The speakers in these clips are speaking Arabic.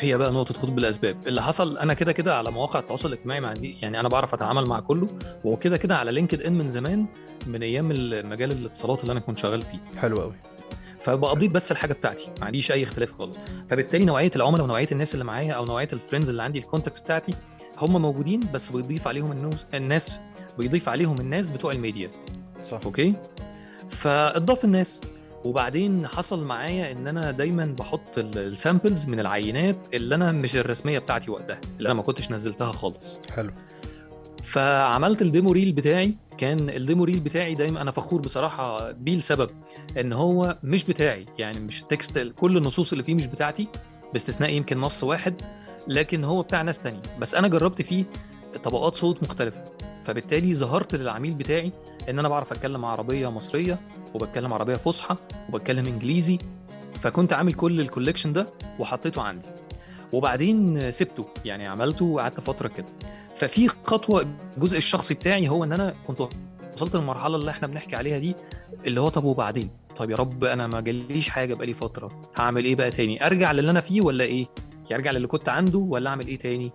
هي بقى نقطة خطوط بالأسباب اللي حصل. أنا كده كده على مواقع التواصل الاجتماعي مع دي، يعني أنا بعرف أتعامل مع كله، وكده كده على لينكد إن من زمان، من أيام مجال الاتصالات اللي أنا كنت شغال فيه. حلو قوي. فبقضيت بس الحاجة بتاعتي، ما عنديش أي اختلاف خالص. فبالتالي نوعية العملاء ونوعية الناس اللي معايا أو نوعية الفريندز اللي عندي، الكونتاكس بتاعتي، هم موجودين، بس بيضيف عليهم الناس بيضيف عليهم الناس بتوع الميديا. صح. أوكي. فاضاف الناس. وبعدين حصل معايا ان انا دايما بحط السامبلز من العينات اللي انا مش الرسميه بتاعتي وقتها، اللي انا ما كنتش نزلتها خالص. حلو. فعملت الديمو ريل بتاعي. كان الديمو ريل بتاعي دايما انا فخور بصراحه بيه، لسبب ان هو مش بتاعي، يعني مش التكست، كل النصوص اللي فيه مش بتاعتي باستثناء يمكن نص واحد، لكن هو بتاع ناس تانية، بس انا جربت فيه طبقات صوت مختلفه. فبالتالي ظهرت للعميل بتاعي ان انا بعرف اتكلم عربيه مصريه، وبتكلم عربيه فصحى، وبتكلم انجليزي. فكنت عامل كل الكوليكشن ده وحطيته عندي، وبعدين سبته، يعني عملته وقعدت فتره كده. ففي خطوه، الجزء الشخصي بتاعي هو ان انا كنت وصلت للمرحله اللي احنا بنحكي عليها دي، اللي هو طب وبعدين، طب يا رب انا ما جاليش حاجه بقالي فتره، هعمل ايه بقى تاني؟ ارجع للي انا فيه ولا ايه؟ ارجع للي كنت عنده ولا اعمل ايه تاني؟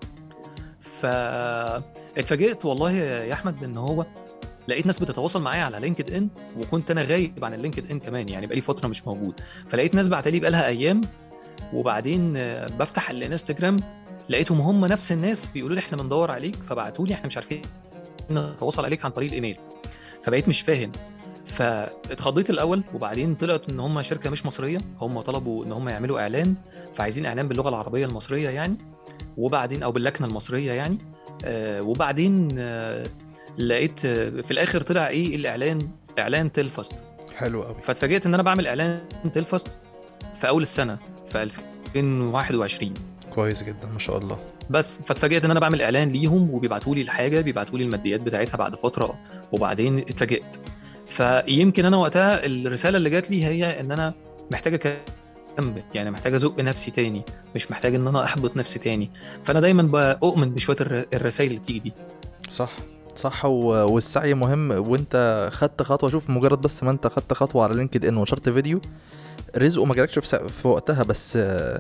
فاتفاجئت والله يا احمد ان هو لقيت ناس بتتواصل معايا على لينكد ان، وكنت انا غايب عن اللينكد ان كمان، يعني بقالي فتره مش موجود. فلقيت ناس بعتلي بقالها ايام، وبعدين بفتح الانستجرام لقيتهم هم نفس الناس بيقولوا لي احنا بندور عليك، فبعتوا لي احنا مش عارفين نتواصل عليك عن طريق الايميل. فبقيت مش فاهم، فاتخضيت الاول، وبعدين طلعت ان هم شركه مش مصريه، هم طلبوا ان هم يعملوا اعلان، فعايزين اعلان باللغه العربيه المصريه يعني، وبعدين او باللكنه المصريه يعني. وبعدين لقيت في الاخر طلع ايه الاعلان؟ اعلان تلفاست. حلو قوي. فاتفاجئت ان انا بعمل اعلان تلفاست في اول السنه، في 2021. كويس جدا ما شاء الله. بس فاتفاجئت ان انا بعمل اعلان ليهم، وبيبعتوا لي الحاجه، بيبعتوا لي الماديات بتاعتها بعد فتره، وبعدين اتفاجئت. فيمكن انا وقتها الرساله اللي جات لي هي ان انا محتاج اكمل، يعني محتاج ازق نفسي تاني، مش محتاج ان انا احبط نفسي تاني. فانا دايما بؤمن بشويه الرسائل اللي بتيجي دي. صح. صح. والسعي مهم، وانت خدت خطوه. شوف، مجرد بس ما انت خدت خطوه على لينكد ان ونشرت فيديو، رزقه ما جالكش في وقتها، بس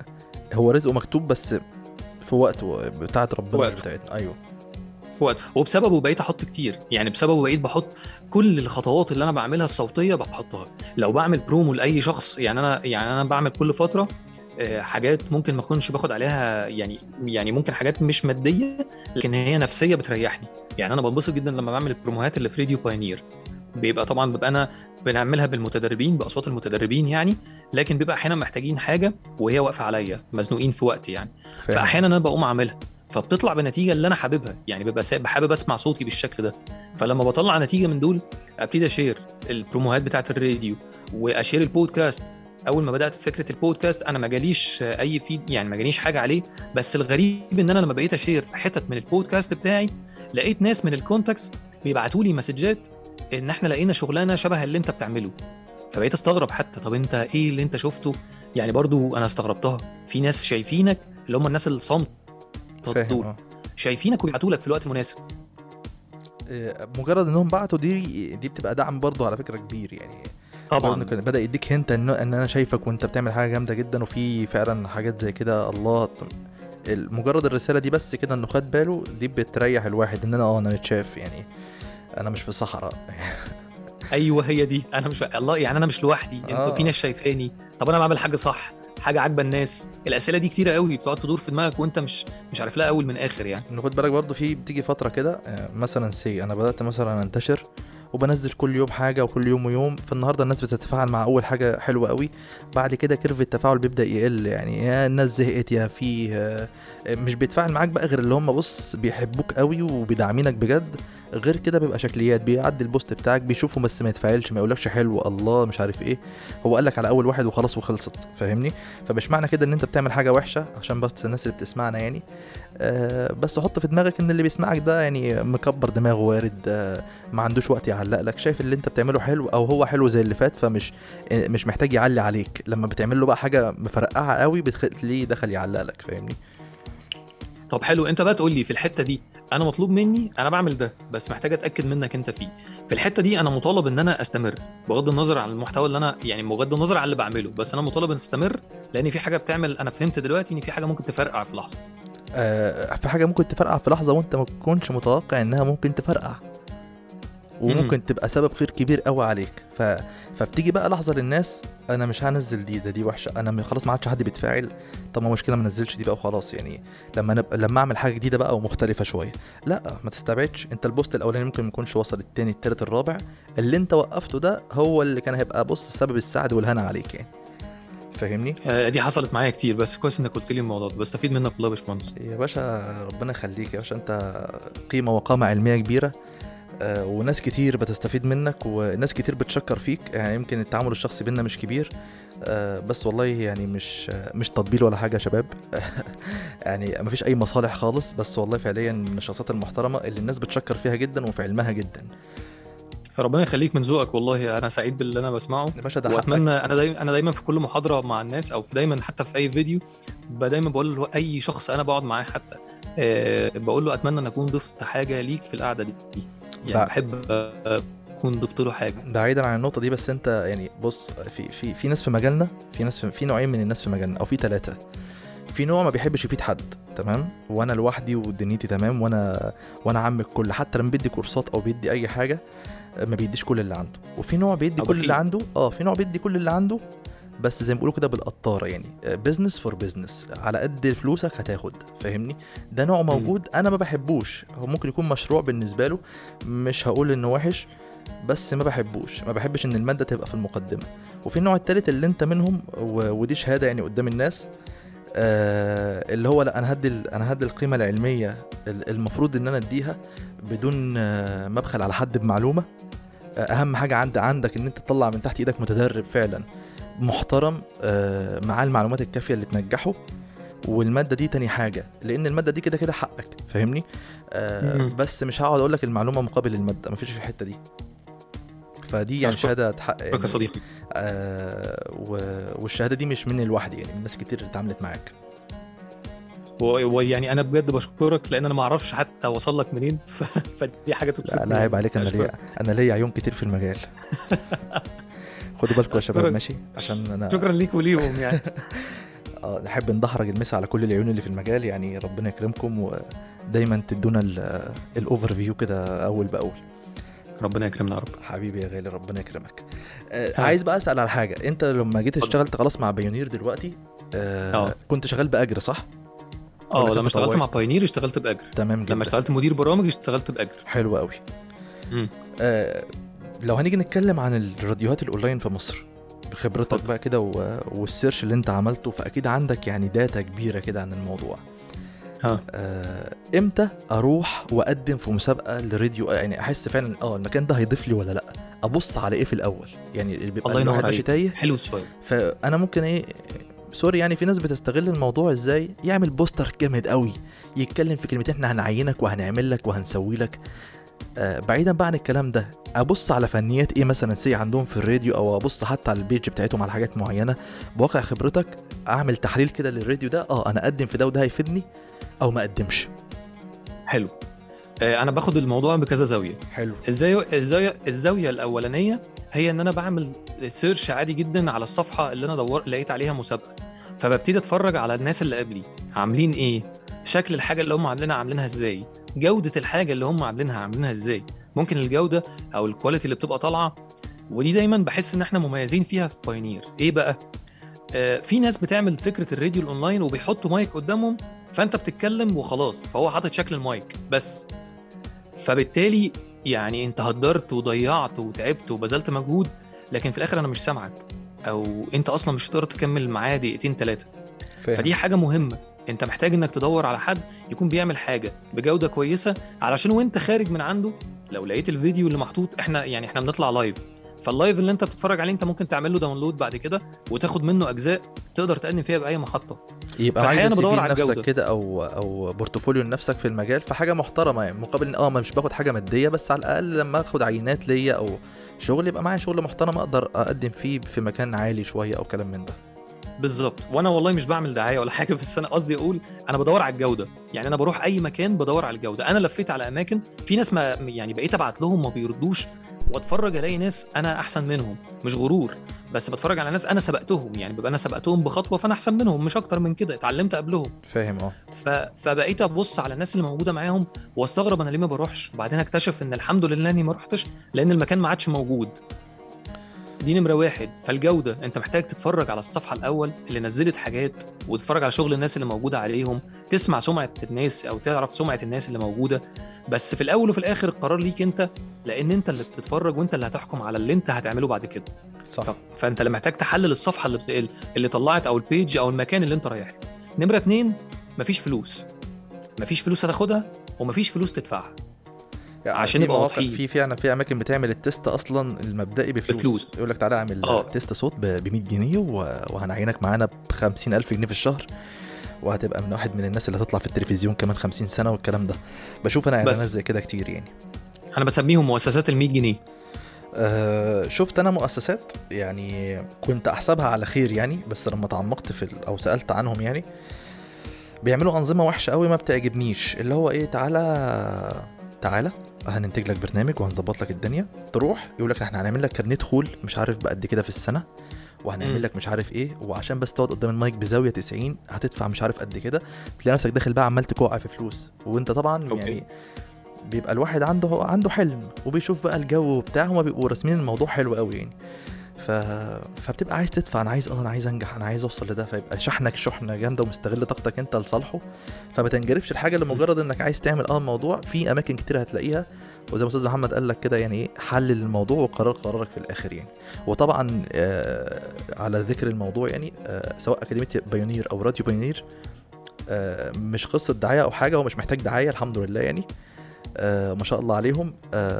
هو رزقه مكتوب، بس في وقته بتاعت ربنا مش بتاعتنا. ايوه، في وقت. وبسببه بقيت احط كتير، يعني بسببه بقيت بحط كل الخطوات اللي انا بعملها الصوتيه بحطها. لو بعمل برومو لاي شخص، يعني انا بعمل كل فتره حاجات ممكن ما اكونش باخد عليها، يعني ممكن حاجات مش ماديه، لكن هي نفسيه بتريحني. يعني انا بنبسط جدا لما بعمل البروموهات اللي في راديو باينير. بيبقى انا بنعملها بالمتدربين، باصوات المتدربين يعني، لكن بيبقى احيانا محتاجين حاجه وهي واقفه عليا، مزنوقين في وقت يعني. فاهم. فاحيانا انا بقوم اعملها، فبتطلع بنتيجه اللي انا حاببها، يعني ببقى حابب اسمع صوتي بالشكل ده. فلما بطلع نتيجه من دول، ابتدي اشير البروموهات بتاعت الراديو، واشير البودكاست. اول ما بدات فكره البودكاست انا ما جاليش اي فيد، يعني ما جاليش حاجه عليه، بس الغريب ان انا لما بقيت اشير حتت من البودكاست بتاعي، لقيت ناس من الكونتاكس بيبعتوا لي مسجات ان احنا لقينا شغلانه شبه اللي انت بتعمله. فبقيت استغرب حتى، طب انت ايه اللي انت شفته؟ يعني برضو انا استغربتها، في ناس شايفينك، اللي هم الناس الصامت فاهم. دول، شايفينك وبيبعتوا لك في الوقت المناسب. مجرد انهم بعتوا دي بتبقى دعم برضو على فكره كبير يعني. طبعا. كان بدا يديك هنت ان انا شايفك وانت بتعمل حاجه جامده جدا، وفي فعلا حاجات زي كده. الله، مجرد الرساله دي بس كده انه خد باله، دي بتريح الواحد ان انا متشاف، يعني انا مش في صحراء. ايوه هي دي، انا مش الله، يعني انا مش لوحدي، انتوا في ناس شايفاني. طب انا بعمل حاجه صح، حاجه عاجبه الناس؟ الاسئله دي كتيره قوي بتقعد تدور في دماغك وانت مش عارف لها اول من اخر يعني. خد بالك برضو بتيجي فتره كده، مثلا انا بدات مثلا انتشر وبنزل كل يوم حاجه، وكل يوم ويوم. فالنهارده الناس بتتفاعل مع اول حاجه حلوه قوي، بعد كده كيرف التفاعل بيبدا يقل، يعني يا الناس زهقت، يا في مش بيتفاعل معاك بقى غير اللي هم بص بيحبوك قوي وبيدعمينك بجد. غير كده بيبقى شكليات، بيعدي البوست بتاعك بيشوفه بس ما يتفاعلش، ما يقولكش حلو الله مش عارف ايه، هو قالك على اول واحد وخلاص وخلصت. فاهمني؟ فمش معنى كده ان انت بتعمل حاجه وحشه عشان بس الناس اللي بتسمعنا يعني. بس حط في دماغك ان اللي بيسمعك ده يعني مكبر دماغه، وارد ما عندوش وقت يعلق لك، شايف اللي انت بتعمله حلو او هو حلو زي اللي فات، فمش مش محتاج يعلي عليك. لما بتعمل له بقى حاجه مفرقعه قوي بتخليه دخل يعلق لك. فاهمني؟ طب حلو، انت بقى تقول لي في الحته دي، انا مطلوب مني، انا بعمل ده بس محتاج اتاكد منك انت فيه، في الحته دي انا مطالب ان انا استمر بغض النظر عن المحتوى اللي انا، يعني بغض النظر عن اللي بعمله، بس انا مطالب ان استمر، لان في حاجه بتعمل، انا فهمت دلوقتي ان في حاجه ممكن تفرقع في لحظه. في حاجه ممكن تفرقع في لحظه وانت ما تكونش متوقع انها ممكن تفرقع، وممكن تبقى سبب خير كبير قوي عليك. فبتيجي بقى لحظه للناس انا مش هنزل دي وحشه، انا خلاص ما عادش حد بيتفاعل، طب ما مشكله ما نزلش دي بقى وخلاص. يعني لما اعمل حاجه جديده بقى ومختلفه شويه، لا ما تستبعدش. انت البوست الاولاني ممكن ما يكونش وصل، التاني التالت الرابع اللي انت وقفته ده هو اللي كان هيبقى بص سبب السعد والهنا عليك يعني. فاهمني؟ دي حصلت معايا كتير، بس كويس انك قلت لي الموضوع ده، بستفيد منك والله يا باشمهندس. يا باشا ربنا يخليك يا باشا، انت قيمه وقامه علميه كبيره، وناس كتير بتستفيد منك وناس كتير بتشكر فيك. يعني يمكن التعامل الشخصي بينا مش كبير، بس والله يعني مش تطبيل ولا حاجه يا شباب. يعني مفيش اي مصالح خالص، بس والله فعليا من الشخصيات المحترمه اللي الناس بتشكر فيها جدا وفي علمها جدا. ربنا يخليك، من ذوقك والله، انا سعيد باللي انا بسمعه. يا باشا ده واتمنى حقك. انا دايما في كل محاضره مع الناس، او في دايما حتى في اي فيديو دايما بقول له اي شخص انا بقعد معاه حتى بقول له اتمنى ان اكون ضفت حاجه ليك في القعده دي. يعني بحب اكون ضفت له حاجه. بعيدا عن النقطه دي، بس انت يعني بص، في ناس في مجالنا، في نوعين من الناس في مجالنا، او في 3. في نوع ما بيحبش يفيد حد، تمام، وانا لوحدي ودنيتي تمام، وانا عم الكل، حتى لما بيدي كورسات او بيدي اي حاجه ما بيديش كل اللي عنده. وفي نوع بيدي كل اللي عنده، في نوع بيدي كل اللي عنده، بس زي ما بيقولوا كده بالقطاره، يعني بيزنس فور بيزنس، على قد فلوسك هتاخد. فاهمني؟ ده نوع موجود، انا ما بحبوش. هو ممكن يكون مشروع بالنسبه له، مش هقول انه وحش، بس ما بحبش ان الماده تبقى في المقدمه. وفي النوع الثالث اللي انت منهم، ودي شهاده يعني قدام الناس، اللي هو لا، انا هدي القيمه العلميه المفروض ان انا اديها بدون ما ابخل على حد بمعلومه. اهم حاجه عندك ان انت تطلع من تحت ايدك متدرب فعلا محترم، مع المعلومات الكافيه اللي تنجحه. والماده دي تاني حاجه، لان الماده دي كده حقك. فاهمني؟ بس مش هقعد اقول لك المعلومه مقابل الماده، مفيش الحته دي. فدي يعني شهاده تحقق يعني صديقي. والشهاده دي مش مني لوحدي، يعني من ناس كتير اتعاملت معاك. ويعني انا بجد بشكرك، لان انا ما اعرفش حتى اوصل لك منين. فدي حاجه تبسطني. لا عيب عليك، انا ليا عيون كتير في المجال. خدوا بالكم يا شباب، ماشي؟ عشان انا شكرا ليك وليهم يعني. نحب ندحرج المسا على كل العيون اللي في المجال، يعني ربنا يكرمكم ودايما تدونا الاوفر فيو كده اول باول. ربنا يكرمنا يا رب. حبيبي يا غالي، ربنا يكرمك. عايز بقى اسال على حاجه، انت لما جيت اشتغلت خلاص مع بايونير دلوقتي، كنت شغال باجر صح؟ لما اشتغلت مع بايونير اشتغلت باجر. تمام جدا. لما اشتغلت مدير برامج اشتغلت باجر. حلو قوي. لو هنيجي نتكلم عن الراديوهات الاونلاين في مصر بخبرتك بقى كده والسيرش اللي انت عملته، فاكيد عندك يعني داتا كبيره كده عن الموضوع. امتى اروح واقدم في مسابقه للراديو؟ يعني احس فعلا المكان ده هيضيف لي ولا لا؟ ابص على ايه في الاول؟ يعني اللي بيبقى الله ينور عليك. تايه. حلو السؤال. فانا ممكن سوري، يعني في ناس بتستغل الموضوع ازاي، يعمل بوستر جامد قوي يتكلم في كلمتين، احنا هنعينك وهنعمل لك وهنسوي لك. بعيدا بقى عن الكلام ده، ابص على فنيات ايه مثلا سي عندهم في الراديو، او ابص حتى على البيج بتاعتهم على حاجات معينه بواقع خبرتك، اعمل تحليل كده للراديو ده. انا اقدم في ده وده هيفيدني او ما اقدمش. حلو. انا باخد الموضوع بكذا زاويه. حلو. الزاويه الاولانيه هي ان انا بعمل سيرش عادي جدا على الصفحه اللي انا لقيت عليها مسابقه، فببتدي اتفرج على الناس اللي قبلي عاملين ايه، شكل الحاجه اللي هم عاملينها ازاي، جوده الحاجه اللي هم عاملينها ازاي. ممكن الجوده او الكواليتي اللي بتبقى طالعه، ودي دايما بحس ان احنا مميزين فيها في بايونير. ايه بقى؟ في ناس بتعمل فكره الراديو الاونلاين وبيحطوا مايك قدامهم، فانت بتتكلم وخلاص، فهو حاطط شكل المايك بس، فبالتالي يعني انت هدرت وضيعت وتعبت وبذلت مجهود، لكن في الاخر انا مش سامعك، او انت اصلا مش هتقدر تكمل معايا دقيقتين 3. فدي حاجه مهمه، انت محتاج انك تدور على حد يكون بيعمل حاجه بجوده كويسه، علشان وانت خارج من عنده لو لقيت الفيديو اللي محطوط، احنا بنطلع لايف، فاللايف اللي انت بتتفرج عليه انت ممكن تعمل له داونلود بعد كده وتاخد منه اجزاء تقدر تقدم فيها باي محطه. يبقى عايز بدور على نفسك كده او بورتفوليو لنفسك في المجال، في حاجه محترمه، يعني مقابل ما مش باخد حاجه ماديه، بس على الاقل لما اخد عينات ليا او شغل يبقى معايا شغل محترم اقدر اقدم فيه في مكان عالي شويه او كلام من ده. بالظبط. وانا والله مش بعمل دعايه ولا حاجه، بس انا قصدي اقول انا بدور على الجوده. يعني انا بروح اي مكان بدور على الجوده. انا لفيت على اماكن في ناس ما يعني بقيت ابعت لهم ما بيردوش واتفرج الاقي ناس انا احسن منهم، مش غرور، بس بتفرج على ناس انا سبقتهم، يعني ببقى انا سبقتهم بخطوه فانا احسن منهم، مش اكتر من كده، اتعلمت قبلهم. فاهم فبقيت ابص على الناس اللي موجوده معاهم واستغرب انا ليه ما بروحش، وبعدين اكتشف ان الحمد لله اني ما روحتش لان المكان ما عادش موجود. دي نمرة واحد. فالجودة، انت محتاج تتفرج على الصفحة الأول اللي نزلت حاجات، وتتفرج على شغل الناس اللي موجودة عليهم، تسمع سمعة الناس أو تعرف سمعة الناس اللي موجودة. بس في الأول وفي الآخر القرار ليك انت، لأن انت اللي بتتفرج وانت اللي هتحكم على اللي انت هتعمله بعد كده. صح. فانت اللي محتاج تحلل الصفحة اللي طلعت أو البيج أو المكان اللي انت رايح له. نمرة 2، مفيش فلوس. مفيش فلوس هتاخدها ومفيش فلوس تدفعها. يعني عشان نبقى واضحين، في اماكن بتعمل التست اصلا المبدئي بفلوس. يقول لك تعالى اعمل تيست صوت ب 100 جنيه وهنعينك معانا ب 50,000 جنيه في الشهر، وهتبقى من واحد من الناس اللي هتطلع في التلفزيون كمان 50 سنه والكلام ده. بشوف انا اعلانات زي كده كتير يعني. انا بسميهم مؤسسات ال 100 جنيه. شفت انا مؤسسات يعني كنت احسبها على خير يعني، بس لما تعمقت او سالت عنهم يعني بيعملوا انظمه وحشه قوي ما بتعجبنيش. اللي هو ايه، تعالى هننتج لك برنامج وهنظبط لك الدنيا، تروح يقول لك احنا هنعمل لك كارنيه دخول مش عارف بقد كده في السنه، وهنعمل لك مش عارف ايه، وعشان بس تقعد قدام المايك بزاويه 90 هتدفع مش عارف قد كده. تلاقي نفسك داخل بقى عمال تكوع في فلوس، وانت طبعا يعني بيبقى الواحد عنده حلم وبيشوف بقى الجو بتاعه، هما بيبقوا راسمين الموضوع حلو قوي يعني. فبتبقى عايز تدفع، انا عايز انجح، انا عايز اوصل لده، فيبقى شحنه جامده ومستغل طاقتك انت لصالحه. فما تنجرفش الحاجه لمجرد انك عايز تعمل الموضوع. في اماكن كتير هتلاقيها، وزي ما استاذ محمد قال لك كده يعني حلل الموضوع قرارك في الاخر يعني. وطبعا على ذكر الموضوع يعني سواء اكاديميه بايونير او راديو بايونير، مش قصه دعايه او حاجه، هو مش محتاج دعايه الحمد لله يعني. ما شاء الله عليهم.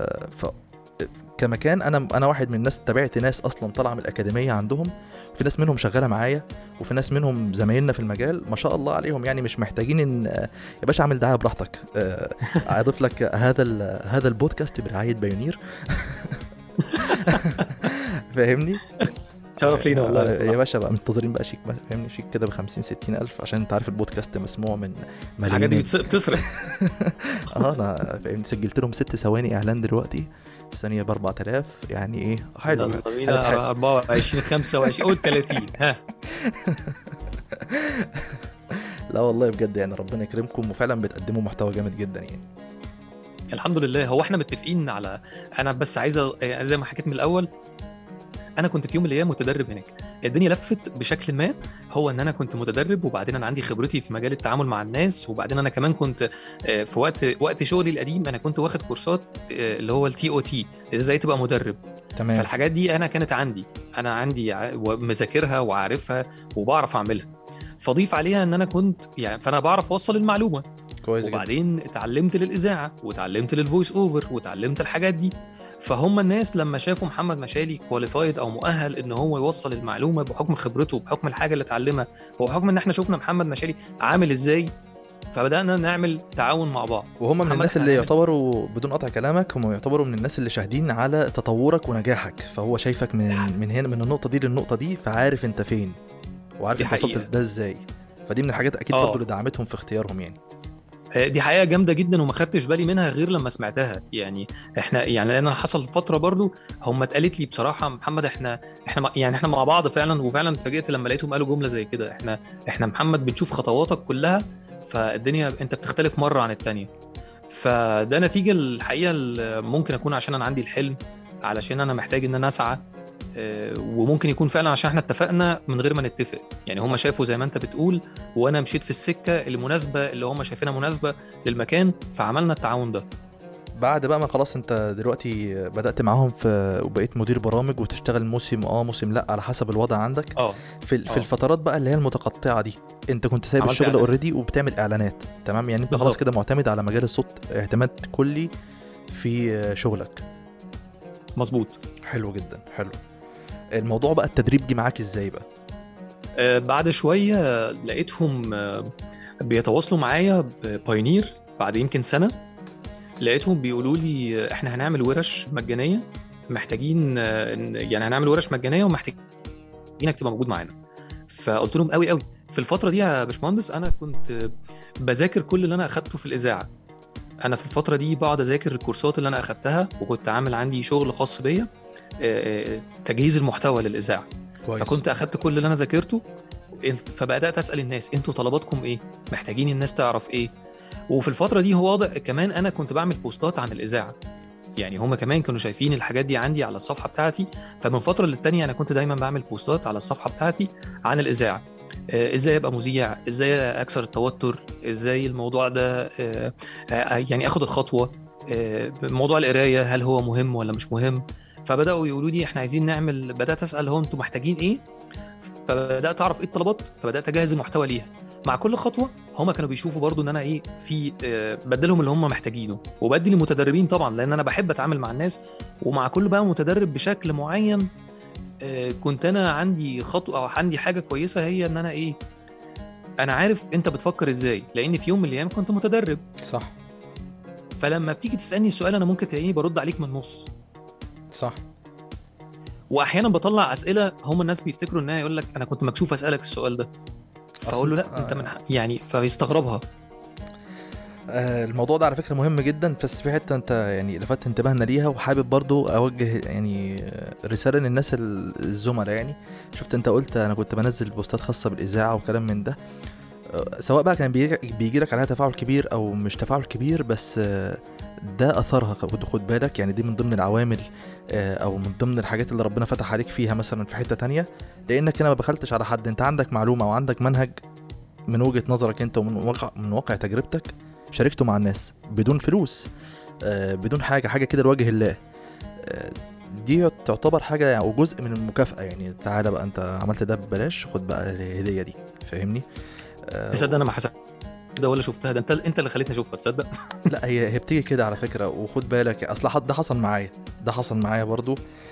كمكان انا واحد من الناس، تابعت ناس اصلا طالعه من الاكاديميه عندهم، وفي ناس منهم شغاله معايا، وفي ناس منهم زمايلنا في المجال ما شاء الله عليهم يعني. مش محتاجين ان يا باشا اعمل دعايه براحتك، اضيف لك هذا البودكاست برعايه بايونير. فاهمني؟ شرف لينا والله يا باشا بقى منتظرين بقى شيك بقى، فاهمني؟ شيك كده ب50-60 الف، عشان انت عارف البودكاست مسموع من ملايين الحاجات دي بتصرف. انا فاهمني سجلت لهم 6 ثواني اعلان دلوقتي، الثانيه ب4000 يعني. ايه حلو 24 25 قول 30 ها. لا والله بجد يعني ربنا يكرمكم، وفعلا بتقدموا محتوى جامد جدا يعني. الحمد لله. هو احنا متفقين على، انا بس عايزه زي ما حكيت من الاول، انا كنت في يوم من الايام متدرب هناك. الدنيا لفت بشكل ما، هو ان انا كنت متدرب، وبعدين انا عندي خبرتي في مجال التعامل مع الناس، وبعدين انا كمان كنت في وقت شغلي القديم انا كنت واخد كورسات اللي هو الTOT، ازاي تبقى مدرب. تمام. فالحاجات دي انا كانت عندي مذاكرها وعارفها وبعرف اعملها. فضيف عليها ان انا كنت يعني، فانا بعرف اوصل المعلومه كويس. وبعدين اتعلمت للاذاعه وتعلمت للفويس اوفر وتعلمت الحاجات دي. فهم الناس لما شافوا محمد مشالي كواليفايد او مؤهل ان هو يوصل المعلومه بحكم خبرته، بحكم الحاجه اللي اتعلمها، وبحكم ان احنا شفنا محمد مشالي عامل ازاي، فبدانا نعمل تعاون مع بعض. وهم من الناس اللي يعتبروا بدون قطع كلامك، هم يعتبروا من الناس اللي شاهدين على تطورك ونجاحك. فهو شايفك من هنا، من النقطه دي للنقطه دي، فعارف انت فين وعارف انت وصلت ده ازاي. فدي من الحاجات اكيد برضه اللي دعمتهم في اختيارهم يعني. دي حقيقة جامدة جدا، وما خدتش بالي منها غير لما سمعتها يعني. احنا يعني لان حصل فترة برضو هم اتقالت لي بصراحة محمد احنا مع بعض فعلا، وفعلا اتفاجئت لما لقيتهم قالوا جملة زي كده، احنا محمد بنشوف خطواتك كلها، فالدنيا انت بتختلف مرة عن التانية. فده نتيجة الحقيقة ممكن اكون عشان انا عندي الحلم، علشان انا محتاج ان انا اسعى، وممكن يكون فعلا عشان احنا اتفقنا من غير ما نتفق يعني. هم شافوا زي ما انت بتقول، وانا مشيت في السكة المناسبة اللي هم شايفينها مناسبة للمكان، فعملنا التعاون ده. بعد بقى ما خلاص انت دلوقتي بدأت معاهم وبقيت مدير برامج وتشتغل موسم لا على حسب الوضع عندك. في الفترات بقى اللي هي المتقطعة دي، انت كنت سايب الشغل اوريدي وبتعمل اعلانات، تمام يعني؟ انت خلاص كده معتمد على مجال الصوت اعتماد كلي في شغلك. مظبوط. حلو جدا. حلو. الموضوع بقى التدريب جه معاك ازاي بقى؟ بعد شوية لقيتهم بيتواصلوا معايا ببايونير بعد يمكن سنة. لقيتهم بيقولوا لي احنا هنعمل ورش مجانية، محتاجين يعني هنعمل ورش مجانية ومحتاجينك تبقى موجود معانا. فقلت لهم قوي قوي. في الفترة دي يا باشمهندس انا كنت بذاكر كل اللي انا اخدته في الإذاعة، انا في الفتره دي بقعد اذاكر الكورسات اللي انا اخدتها، وكنت عامل عندي شغل خاص بيا، تجهيز المحتوى للاذاعه. كويس. فكنت اخدت كل اللي انا ذاكرته، فبدات اسال الناس انتوا طلباتكم ايه، محتاجين الناس تعرف ايه. وفي الفتره دي هو واضح كمان انا كنت بعمل بوستات عن الاذاعه، يعني هما كمان كانوا شايفين الحاجات دي عندي على الصفحه بتاعتي. فمن فتره للتانيه انا كنت دايما بعمل بوستات على الصفحه بتاعتي عن الاذاعه، ازاي ابقى مذيع، ازاي اكسر التوتر، ازاي الموضوع ده يعني اخد الخطوه، موضوع القرايه هل هو مهم ولا مش مهم. فبداوا يقولوا لي احنا عايزين نعمل، بدات اسال هو انتوا محتاجين ايه، فبدات اعرف ايه الطلبات، فبدات اجهز المحتوى ليها. مع كل خطوه هما كانوا بيشوفوا برضو ان انا ايه في بدلهم اللي هم محتاجينه، وبدي للمتدربين طبعا لان انا بحب اتعامل مع الناس. ومع كل بقى متدرب بشكل معين كنت انا عندي خطوه او عندي حاجه كويسه، هي ان انا ايه، انا عارف انت بتفكر ازاي، لان في يوم من الايام كنت متدرب. صح. فلما بتيجي تسالني السؤال انا ممكن تلاقيني برد عليك من النص. صح. واحيانا بطلع اسئله هم الناس بيفتكروا انها يقول لك انا كنت مكسوف اسالك السؤال ده، فاقول له لا انت من يعني، فبيستغربها. الموضوع ده على فكرة مهم جدا، بس في حتة انت يعني لفت انتباهنا ليها، وحابب برضو اوجه يعني رسالة للناس الزملاء. يعني شفت انت قلت انا كنت بنزل بوستات خاصة بالاذاعة وكلام من ده، سواء بقى كان بيجي لك عليها تفاعل كبير او مش تفاعل كبير، بس ده اثرها. خد بالك يعني دي من ضمن العوامل او من ضمن الحاجات اللي ربنا فتح عليك فيها مثلا في حتة تانية، لانك هنا ما بخلتش على حد، انت عندك معلومة وعندك منهج من وجهة نظرك انت ومن واقع تجربتك، شاركته مع الناس بدون فلوس، بدون حاجة كده لوجه الله. دي تعتبر حاجة يعني او جزء من المكافأة، يعني تعالى بقى انت عملت ده ببلاش، خد بقى الهدية دي، فاهمني؟ تصدق انا ما حسبت ده ولا شفتها، ده انت اللي خليتني اشوفها، تصدق؟ لا هي بتيجي كده على فكرة، وخد بالك اصلا ده حصل معايا برضو.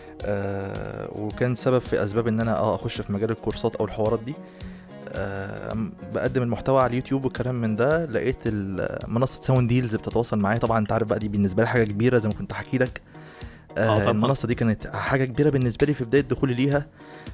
وكان سبب في اسباب ان انا اخش في مجال الكورسات او الحوارات دي. بقدم المحتوى على اليوتيوب والكلام من ده، لقيت منصة ساوند ديلز بتتواصل معايا. طبعا انت عارف بقى دي بالنسبة لي حاجة كبيرة زي ما كنت حكي لك. المنصة دي كانت حاجة كبيرة بالنسبة لي في بداية دخولي ليها.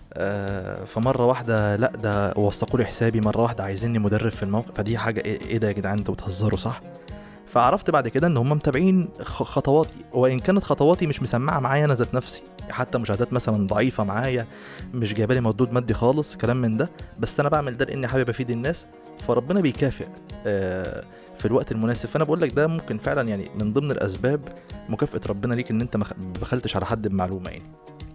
فمرة واحدة لا ده وثقوا لي حسابي، مرة واحدة عايزيني مدرب في الموقع، فدي حاجة ايه ده يا جدعان، انتوا بتهزروا صح؟ فعرفت بعد كده ان هم متابعين خطواتي، وان كانت خطواتي مش مسمعة معايا انا ذات نفسي، حتى مشاهدات مثلا ضعيفة معايا، مش جايبالي مردود مادي خالص كلام من ده، بس انا بعمل ده لاني حابب افيد الناس، فربنا بيكافئ في الوقت المناسب. فانا بقول لك ده ممكن فعلا يعني من ضمن الاسباب مكافأة ربنا ليك ان انت ما بخلتش على حد بمعلومة يعني.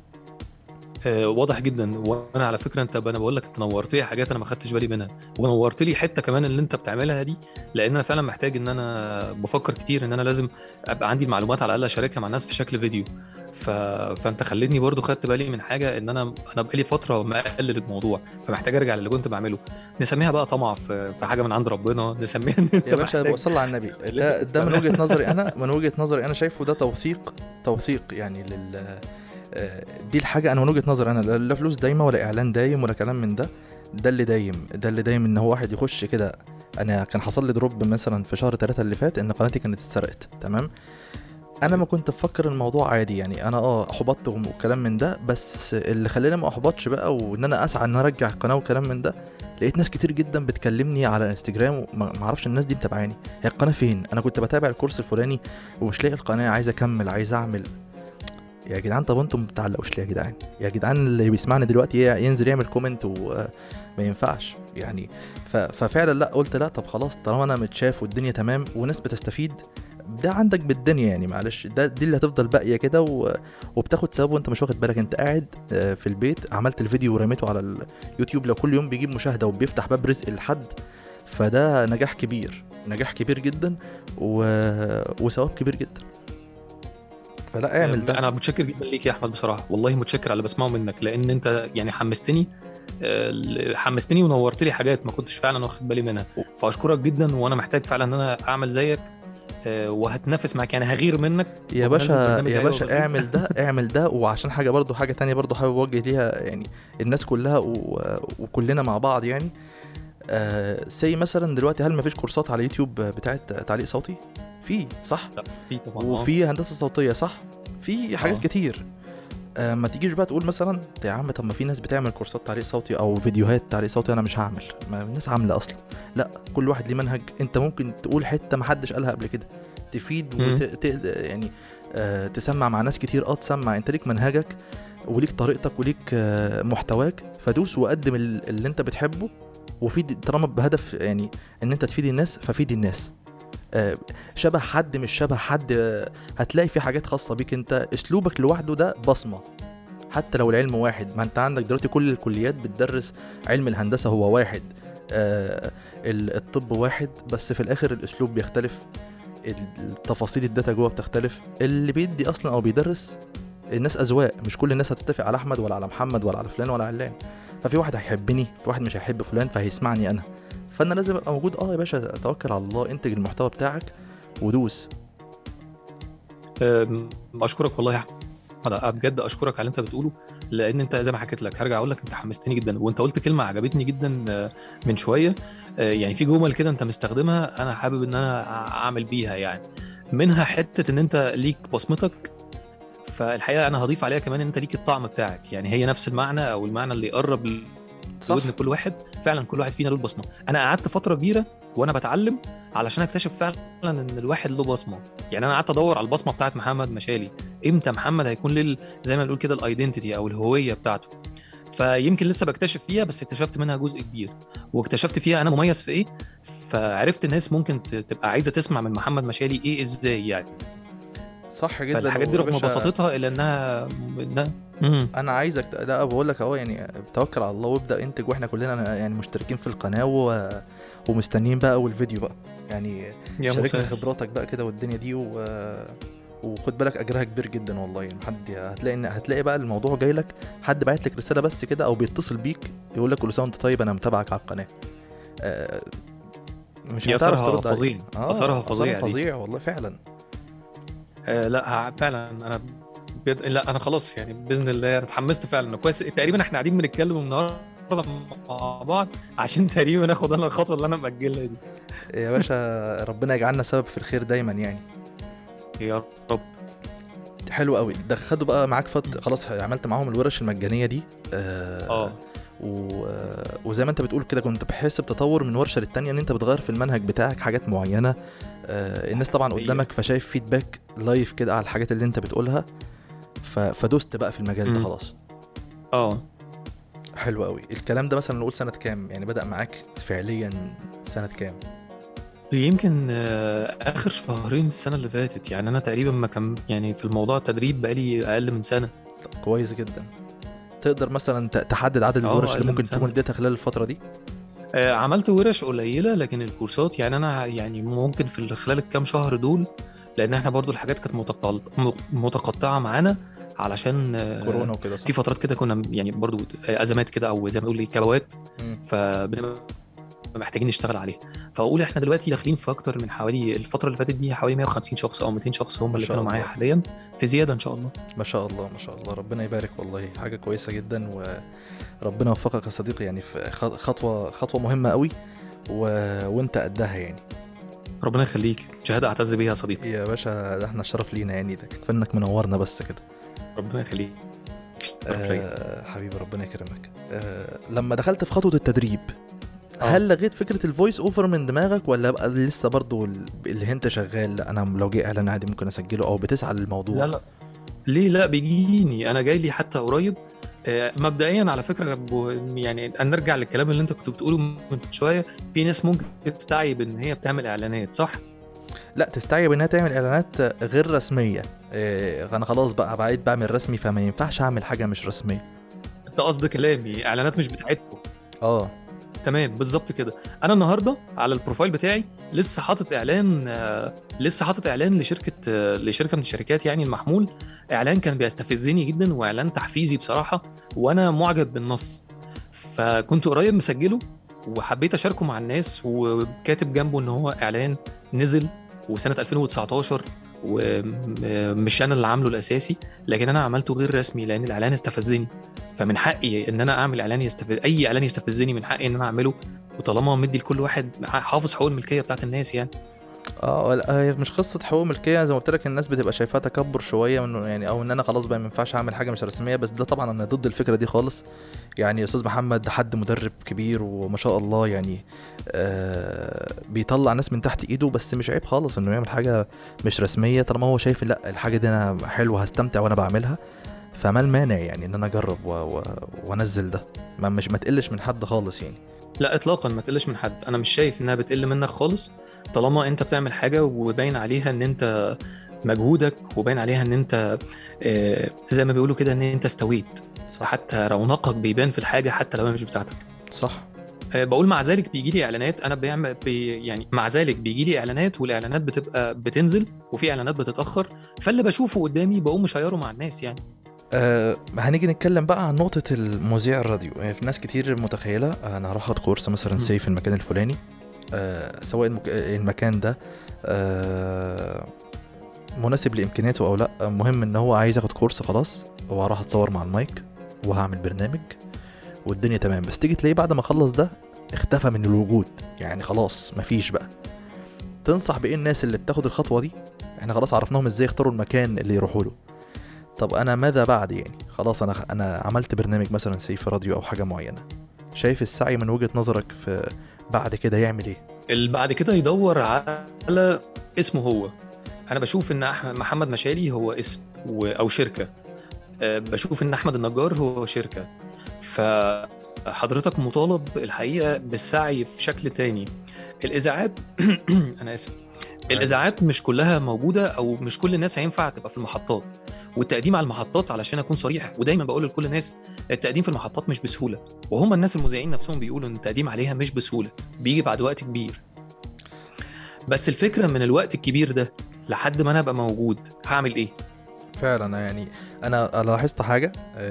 واضح جدا. وانا على فكره انا بقول لك انت نورت لي حاجات انا ما خدتش بالي منها، ونورت لي حته كمان اللي انت بتعملها دي، لان انا فعلا محتاج ان انا بفكر كتير ان انا لازم ابقى عندي المعلومات على الاقل اشاركها مع الناس في شكل فيديو. فانت خلتني برضو خدت بالي من حاجه، ان انا بقالي فتره مقلل الموضوع، فمحتاج ارجع للي كنت بعمله. نسميها بقى طمع في حاجه من عند ربنا، نسميها ان انت يا باشا صلى على النبي. ده من وجهة نظري انا شايفه ده توثيق يعني دي الحاجة. انا من وجهة نظري انا لا فلوس دايمة ولا اعلان دايم ولا كلام من ده. ده اللي دايم ان هو واحد يخش كده. انا كان حصل لي دروب مثلا في شهر 3 اللي فات، ان قناتي كانت اتسرقت، تمام؟ انا ما كنت بفكر الموضوع عادي يعني، انا احبطت وكلام من ده، بس اللي خلاني ما احبطش بقى وان انا اسعى ان ارجع القناه وكلام من ده، لقيت ناس كتير جدا بتكلمني على الانستجرام، وما اعرفش الناس دي متابعاني، هي القناه فين؟ انا كنت بتابع الكورس الفلاني ومش لاقي القناه، عايز اكمل، عايز اعمل. يا جدعان طب انتم بتعلقوش ليه يا جدعان اللي بيسمعني دلوقتي ينزل يعمل كومنت، وما ينفعش يعني. ففعلا لا، قلت لا طب خلاص، طالما انا متشاف والدنيا تمام وناس بتستفيد، ده عندك بالدنيا يعني، معلش دي اللي هتفضل باقيه كده وبتاخد ثواب وانت مش واخد بالك. انت قاعد في البيت، عملت الفيديو ورميته على اليوتيوب، لو كل يوم بيجيب مشاهده وبيفتح باب رزق لحد، فده نجاح كبير جدا وثواب كبير جدا. فلا اعمل ده. انا متشكر جدا ليك يا احمد بصراحه، والله متشكر على اللي بسمعه منك، لان انت يعني حمستني ونورت لي حاجات ما كنتش فعلا واخد بالي منها، فاشكرك جدا. وانا محتاج فعلا ان انا اعمل زيك، وهتنافس معاك يعني، هغير منك يا باشا اعمل ده. وعشان حاجه تانية برضو حابب اوجه ليها يعني الناس كلها وكلنا مع بعض يعني. سي مثلا دلوقتي، هل مفيش كورسات على يوتيوب بتاعت تعليق صوتي؟ في صح؟ في طبعا. وفي هندسه صوتيه صح؟ في حاجات كتير. ما تيجيش بقى تقول مثلا يا عم طب ما في ناس بتعمل كورسات تعليق صوتي او فيديوهات تعليق صوتي، انا مش هعمل، ما الناس عامله اصلا. لا، كل واحد ليه منهج. انت ممكن تقول حته ما حدش قالها قبل كده، تفيد مم. يعني تسمع مع ناس كتير. تسمع، انت ليك منهجك وليك طريقتك وليك محتواك، فدوس وقدم اللي انت بتحبه، وفيد طالما بهدف يعني ان انت تفيد الناس، ففيد الناس. شبه حد مش شبه حد، هتلاقي في حاجات خاصة بيك انت، اسلوبك لوحده ده بصمة. حتى لو العلم واحد، ما انت عندك دلوقتي كل الكليات بتدرس علم الهندسة هو واحد، الطب واحد، بس في الاخر الاسلوب بيختلف، التفاصيل الداتا جوه بتختلف. اللي بيدي اصلا او بيدرس الناس اذواق، مش كل الناس هتتفق على احمد ولا على محمد ولا على فلان ولا علان. ففي واحد هيحبني، في واحد مش هيحب فلان فهيسمعني انا، فانا لازم ابقى موجود. يا باشا توكل على الله، انتج المحتوى بتاعك ودوس. اشكرك والله يا احمد، بجد اشكرك على اللي انت بتقوله، لان انت زي ما حكيت لك هرجع اقول لك انت حمستني جدا، وانت قلت كلمه عجبتني جدا من شويه. يعني في جمل كده انت مستخدمها انا حابب ان انا اعمل بيها، يعني منها حته ان انت ليك بصمتك، فالحقيقه انا هضيف عليها كمان ان انت ليك الطعم بتاعك، يعني هي نفس المعنى او المعنى اللي يقرب صح. لودن كل واحد. فعلا كل واحد فينا له بصمه. انا قعدت فتره كبيره وانا بتعلم علشان اكتشف فعلا ان الواحد له بصمه. يعني انا قعدت ادور على البصمه بتاعت محمد مشالي، امتى محمد هيكون زي ما بنقول كده الايدنتيتي او الهويه بتاعته. فيمكن لسه بكتشف فيها، بس اكتشفت منها جزء كبير، واكتشفت فيها انا مميز في ايه. فعرفت الناس ممكن تبقى عايزه تسمع من محمد مشالي ايه ازاي يعني. صح جدا. فالحاجات دي ويا رغم باشا بساطتها الا انها انا عايزك لا بقول لك اهو، يعني توكل على الله وابدا انتج، واحنا كلنا يعني مشتركين في القناه ومستنيين بقى اول فيديو بقى، يعني يا شاركنا مسهل. خبراتك بقى كده والدنيا دي وخد بالك اجرها كبير جدا والله. يعني حد هتلاقي بقى الموضوع جاي لك، حد باعت لك رساله بس كده او بيتصل بيك يقول لك كل سنه وانت طيب انا متابعك على القناه، آه، مش دي هتعرف اثرها ترد عليه. فظيع، اثرها اثرها فظيع دي. فظيع والله فعلا. لا فعلا انا لا انا خلاص يعني باذن الله انا اتحمست فعلا. كويس تقريبا احنا قاعدين بنتكلم النهارده مع بعض عشان تقريبا ناخد انا الخطوه اللي انا مأجلها دي. يا باشا ربنا يجعلنا سبب في الخير دايما يعني. يا رب. حلو قوي. ده خدوا بقى معاك خلاص عملت معاهم الورش المجانيه دي. وزي ما انت بتقول كده كنت بحس بتطور من ورشه للتانيه، ان انت بتغير في المنهج بتاعك حاجات معينه. الناس طبعا قدامك فشايف فيدباك لايف كده على الحاجات اللي انت بتقولها، فدوست بقى في المجال ده خلاص. حلو قوي. الكلام ده مثلا نقول سنه كام يعني بدأ معاك فعليا؟ سنه كام؟ يمكن اخر شهرين السنه اللي فاتت. يعني انا تقريبا ما كان يعني في الموضوع التدريب بقالي اقل من سنه. كويس جدا. تقدر مثلا تحدد عدد الورش اللي ممكن تكون اديتها خلال الفتره دي؟ عملت ورش قليله، لكن الكورسات يعني انا يعني ممكن في خلال الكام شهر دول، لان احنا برضو الحاجات كانت متقطعه معانا علشان كورونا وكده. في فترات كده كنا يعني برضو ازمات كده او زي ما نقول كبوات، فبنبقى محتاجين نشتغل عليها. فاقول احنا دلوقتي داخلين في اكتر من حوالي الفتره اللي فاتت دي حوالي 150 شخص او 200 شخص هم اللي كانوا معايا حاليا، في زياده ان شاء الله. ما شاء الله ما شاء الله، ربنا يبارك والله، حاجه كويسه جدا وربنا يوفقك يا صديقي. يعني في خطوه مهمه قوي وانت قدها يعني. ربنا يخليك، شهاده اعتز بيها يا صديقي. يا باشا ده احنا الشرف لينا يعني، ده كفايه انك منورنا بس كده. ربنا يخليك. حبيبي ربنا يكرمك. لما دخلت في خطوه التدريب هل لغيت فكره الفويس اوفر من دماغك، ولا بقى لسه برضو اللي انت شغال لا انا لو جه اعلان عادي ممكن اسجله، او بتسعى للموضوع؟ لا ليه لا، بيجيني انا جاي لي حتى قريب. مبدئيا على فكره يعني نرجع للكلام اللي انت كنت بتقوله من شويه، في ناس ممكن تستعيب ان هي بتعمل اعلانات، صح؟ لا تستعيب انها تعمل اعلانات غير رسميه. انا خلاص بقى بعيد بعمل رسمي فما ينفعش اعمل حاجه مش رسميه. انت قصد كلامي اعلانات مش بتاعتكم؟ تمام بالظبط كده. انا النهارده على البروفايل بتاعي لسه حاطط اعلان لشركه من الشركات يعني المحمول. اعلان كان بيستفزني جدا واعلان تحفيزي بصراحه، وانا معجب بالنص، فكنت قريب مسجله وحبيت اشاركه مع الناس، وكاتب جنبه ان هو اعلان نزل وسنه 2019 ومش انا اللي عامله الاساسي، لكن انا عملته غير رسمي لان الاعلان استفزني. فمن حقي ان انا اعمل اعلان اي اعلان يستفزني من حقي ان انا اعمله، وطالما مدي لكل واحد حافظ حقوق الملكيه بتاعت الناس يعني. لا، هي مش قصه حقوق ملكيه زي ما قلت لك، الناس بتبقى شايفاها تكبر شويه منه يعني، او ان انا خلاص بقى ما ينفعش اعمل حاجه مش رسميه. بس ده طبعا انا ضد الفكره دي خالص. يعني استاذ محمد ده حد مدرب كبير وما شاء الله يعني، بيطلع ناس من تحت ايده، بس مش عيب خالص انه يعمل حاجه مش رسميه طالما هو شايف لا الحاجه دي انا حلوه هستمتع وانا بعملها. فما المانع يعني ان انا اجرب وانزل ده، ما تقلش من حد خالص يعني. لا اطلاقا ما تقلش من حد، انا مش شايف انها بتقل منك خالص، طالما انت بتعمل حاجه وباين عليها ان انت مجهودك، وباين عليها ان انت زي ما بيقولوا كده ان انت استويت. صح. حتى رونقك بيبان في الحاجه حتى لو هي مش بتاعتك. صح. بقول مع ذلك بيجي لي اعلانات، انا يعني مع ذلك بيجي لي اعلانات، والاعلانات بتبقى بتنزل وفي اعلانات بتتاخر، فاللي بشوفه قدامي بقوم مشيره مع الناس يعني. هنيجي نتكلم بقى عن نقطة المذيع الراديو. يعني في ناس كتير متخيلة أنا هروح أخد كورس مثلا سي في المكان الفلاني، سواء المكان ده مناسب لإمكانياته أو لأ، مهم إن هو عايز ياخد كورس خلاص، هو هروح أتصور مع المايك وهعمل برنامج والدنيا تمام. بس تيجي تلاقيه بعد ما خلص ده اختفى من الوجود، يعني خلاص مفيش بقى. تنصح بإيه الناس اللي بتاخد الخطوة دي؟ احنا خلاص عرفناهم ازاي يختاروا المكان اللي يروحوا له. طب انا ماذا بعد؟ يعني خلاص انا عملت برنامج مثلا سي في راديو او حاجه معينه، شايف السعي من وجهه نظرك في بعد كده يعمل ايه؟ اللي بعد كده يدور على اسمه هو. انا بشوف ان محمد مشالي هو اسم او شركه، بشوف ان احمد النجار هو شركه، فحضرتك مطالب الحقيقه بالسعي في شكل تاني. الاذاعات انا اسف، الاذاعات مش كلها موجوده، او مش كل الناس هينفع تبقى في المحطات. والتقديم على المحطات علشان اكون صريح، ودايما بقول لكل الناس التقديم في المحطات مش بسهوله، وهم الناس المذيعين نفسهم بيقولوا ان التقديم عليها مش بسهوله، بيجي بعد وقت كبير. بس الفكره من الوقت الكبير ده لحد ما انا ابقى موجود هعمل ايه؟ فعلا يعني انا لاحظت حاجه،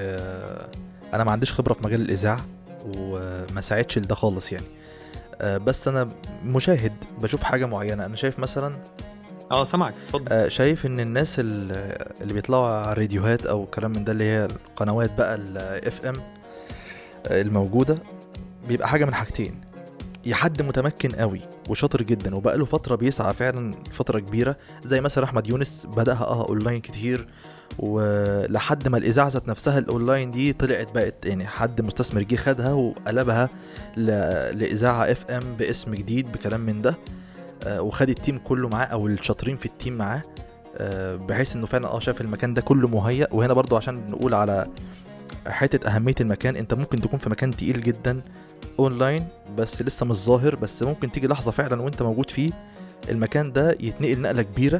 انا ما عنديش خبره في مجال الاذاعه وما ساعدش لده خالص يعني. بس انا مشاهد بشوف حاجه معينه، انا شايف مثلا سامعك اتفضل. شايف ان الناس اللي بيطلعوا على الراديوهات او كلام من ده، اللي هي القنوات بقى الاف ام الموجوده، بيبقى حاجه من حاجتين: يا حد متمكن قوي وشاطر جدا وبقى له فتره بيسعى فعلا فتره كبيره، زي مثلا احمد يونس بداها اونلاين كتير، ولحد ما الاذاعه ذات نفسها الاونلاين دي طلعت بقت يعني حد مستثمر جه خدها وقلبها لاذاعه اف ام باسم جديد بكلام من ده، وخد التيم كله معاه او الشاطرين في التيم معاه، بحيث انه فعلا شاف المكان ده كله مهيأ. وهنا برضو عشان نقول على حته اهميه المكان، انت ممكن تكون في مكان تقيل جدا اونلاين بس لسه مش ظاهر، بس ممكن تيجي لحظه فعلا وانت موجود فيه المكان ده يتنقل نقله كبيره،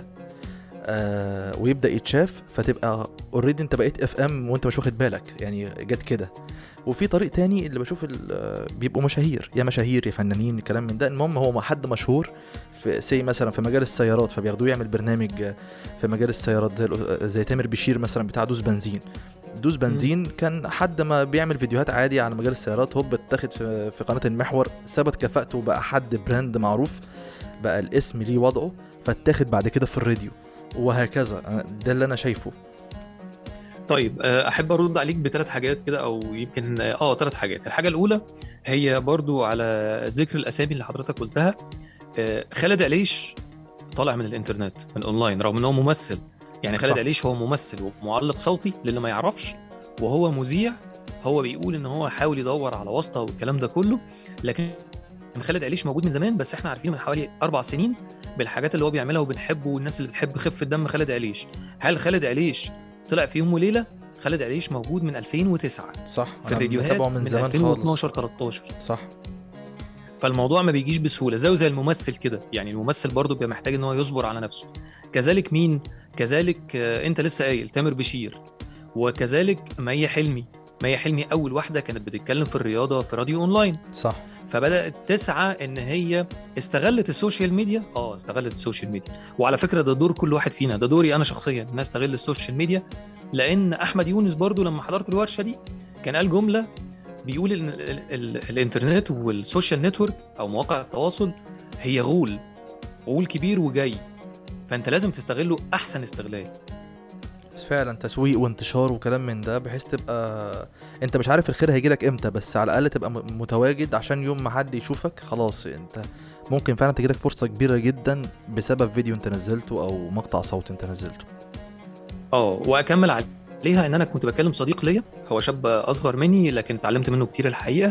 ويبدا يتشاف، فتبقى اوريدي انت بقيت اف ام وانت مش واخد بالك يعني، جت كده. وفي طريق تاني اللي بشوف بيبقوا مشاهير، يا مشاهير يا فنانين كلام من ده، المهم هو حد مشهور في سي مثلا في مجال السيارات، فبياخدوه يعمل برنامج في مجال السيارات، زي تامر بشير مثلا بتاع دوس بنزين. دوس بنزين كان حد ما بيعمل فيديوهات عادي على مجال السيارات، هوب اتاخد في قناة المحور، ثبت كفاءته بقى حد براند معروف، بقى الاسم ليه وضعه، فاتاخد بعد كده في الراديو، وهكذا. ده اللي انا شايفه. طيب احب ارد عليك بثلاث حاجات كده، او يمكن ثلاث حاجات. الحاجه الاولى هي برضو على ذكر الاسامي اللي حضرتك قلتها. خالد عليش طالع من الانترنت من اونلاين رغم انه ممثل، يعني خالد عليش هو ممثل ومعلق صوتي للي ما يعرفش، وهو مذيع. هو بيقول ان هو حاول يدور على واسطه والكلام ده كله، لكن خالد عليش موجود من زمان، بس احنا عارفينه من حوالي 4 سنين بالحاجات اللي هو بيعملها وبنحبه، والناس اللي بتحب خفة دم خالد عليش. هل خالد عليش طلع في يوم وليله؟ خالد عليش موجود من 2009 صح، في الراديوهات من 2012 13. صح. فالموضوع ما بيجيش بسهوله، زي الممثل كده يعني، الممثل برضه بيبقى محتاج ان هو يصبر على نفسه. كذلك مين؟ كذلك انت لسه قايل تامر بشير، وكذلك مي حلمي. مي حلمي اول واحده كانت بتتكلم في الرياضه في راديو اونلاين، صح. فبدات تسعى ان هي استغلت السوشيال ميديا. استغلت السوشيال ميديا. وعلى فكره ده دور كل واحد فينا، ده دوري انا شخصيا ان استغل السوشيال ميديا، لان احمد يونس برضو لما حضرت الورشه دي كان قال جمله، بيقول ان الانترنت والسوشيال نتورك او مواقع التواصل هي غول كبير وجاي، فانت لازم تستغله احسن استغلال. بس فعلا تسويق وانتشار وكلام من ده، بحيث تبقى انت مش عارف الخير هيجيلك امتى، بس على الاقل تبقى متواجد، عشان يوم ما حد يشوفك خلاص انت ممكن فعلا تجيلك فرصة كبيرة جدا بسبب فيديو انت نزلته او مقطع صوت انت نزلته. واكمل عليها ان انا كنت بكلم صديق ليا، هو شاب اصغر مني لكن اتعلمت منه كتير الحقيقه،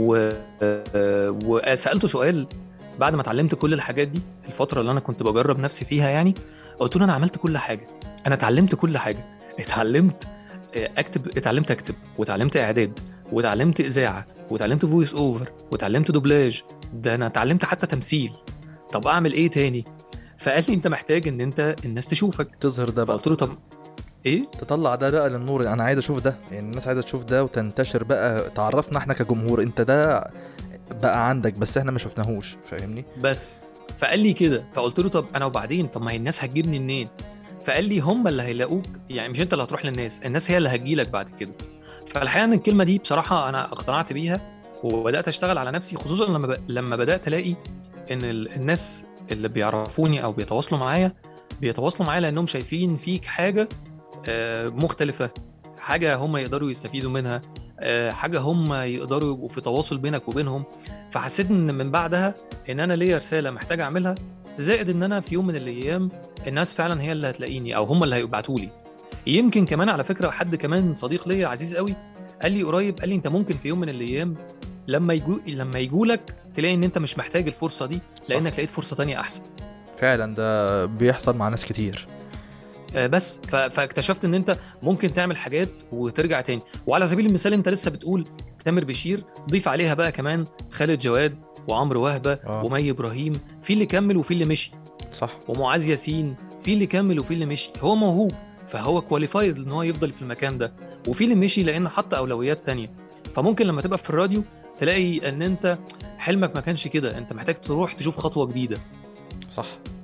وسالته سؤال بعد ما اتعلمت كل الحاجات دي، الفتره اللي انا كنت بجرب نفسي فيها يعني. قلت له انا عملت كل حاجه، انا اتعلمت كل حاجه، اتعلمت اكتب، واتعلمت اعداد، واتعلمت اذاعه، واتعلمت فويس اوفر، واتعلمت دوبلاج، ده انا اتعلمت حتى تمثيل. طب اعمل ايه تاني؟ فقال لي انت محتاج ان انت الناس تشوفك. تظهر ده بقى، فقلت له طب ايه، تطلع ده بقى للنور، انا عايز اشوف ده، يعني الناس عايزة تشوف ده وتنتشر بقى، تعرفنا احنا كجمهور انت ده بقى عندك بس احنا ما شفناهوش، فاهمني؟ بس فقال لي كده. فقلت له طب انا وبعدين، طب ما هي الناس هتجيبني منين؟ فقال لي هم اللي هيلاقوك، يعني مش انت اللي هتروح للناس، الناس هي اللي هتجيلك بعد كده. فالحقيقه ان الكلمه دي بصراحه انا اقتنعت بيها وبدات اشتغل على نفسي، خصوصا لما بدات الاقي ان الناس اللي بيعرفوني او بيتواصلوا معايا لانهم شايفين فيك حاجه مختلفه، حاجه هم يقدروا يستفيدوا منها، حاجه هم يقدروا يبقوا في تواصل بينك وبينهم. فحسيت ان من بعدها ان انا ليا رساله محتاج اعملها، زائد ان انا في يوم من الايام الناس فعلا هي اللي هتلاقيني او هم اللي هيبعتوا لي. يمكن كمان على فكره حد كمان صديق ليا عزيز قوي قال لي قريب، قال لي انت ممكن في يوم من الايام لما يجولك تلاقي ان انت مش محتاج الفرصه دي، لانك لقيت فرصه تانية احسن. فعلا ده بيحصل مع ناس كتير. بس فاكتشفت ان انت ممكن تعمل حاجات وترجع تاني. وعلى سبيل المثال انت لسه بتقول تامر بشير، ضيف عليها بقى كمان خالد جواد وعمرو وهبه ومي ابراهيم، في اللي كمل وفي اللي مشي، صح، ومعاذ ياسين، في اللي كمل وفي اللي مشي. هو موهوب فهو كواليفايد ان هو يفضل في المكان ده، وفي اللي مشي لان حط اولويات تانية. فممكن لما تبقى في الراديو تلاقي ان انت حلمك ما كانش كده، انت محتاج تروح تشوف خطوه جديده. صح،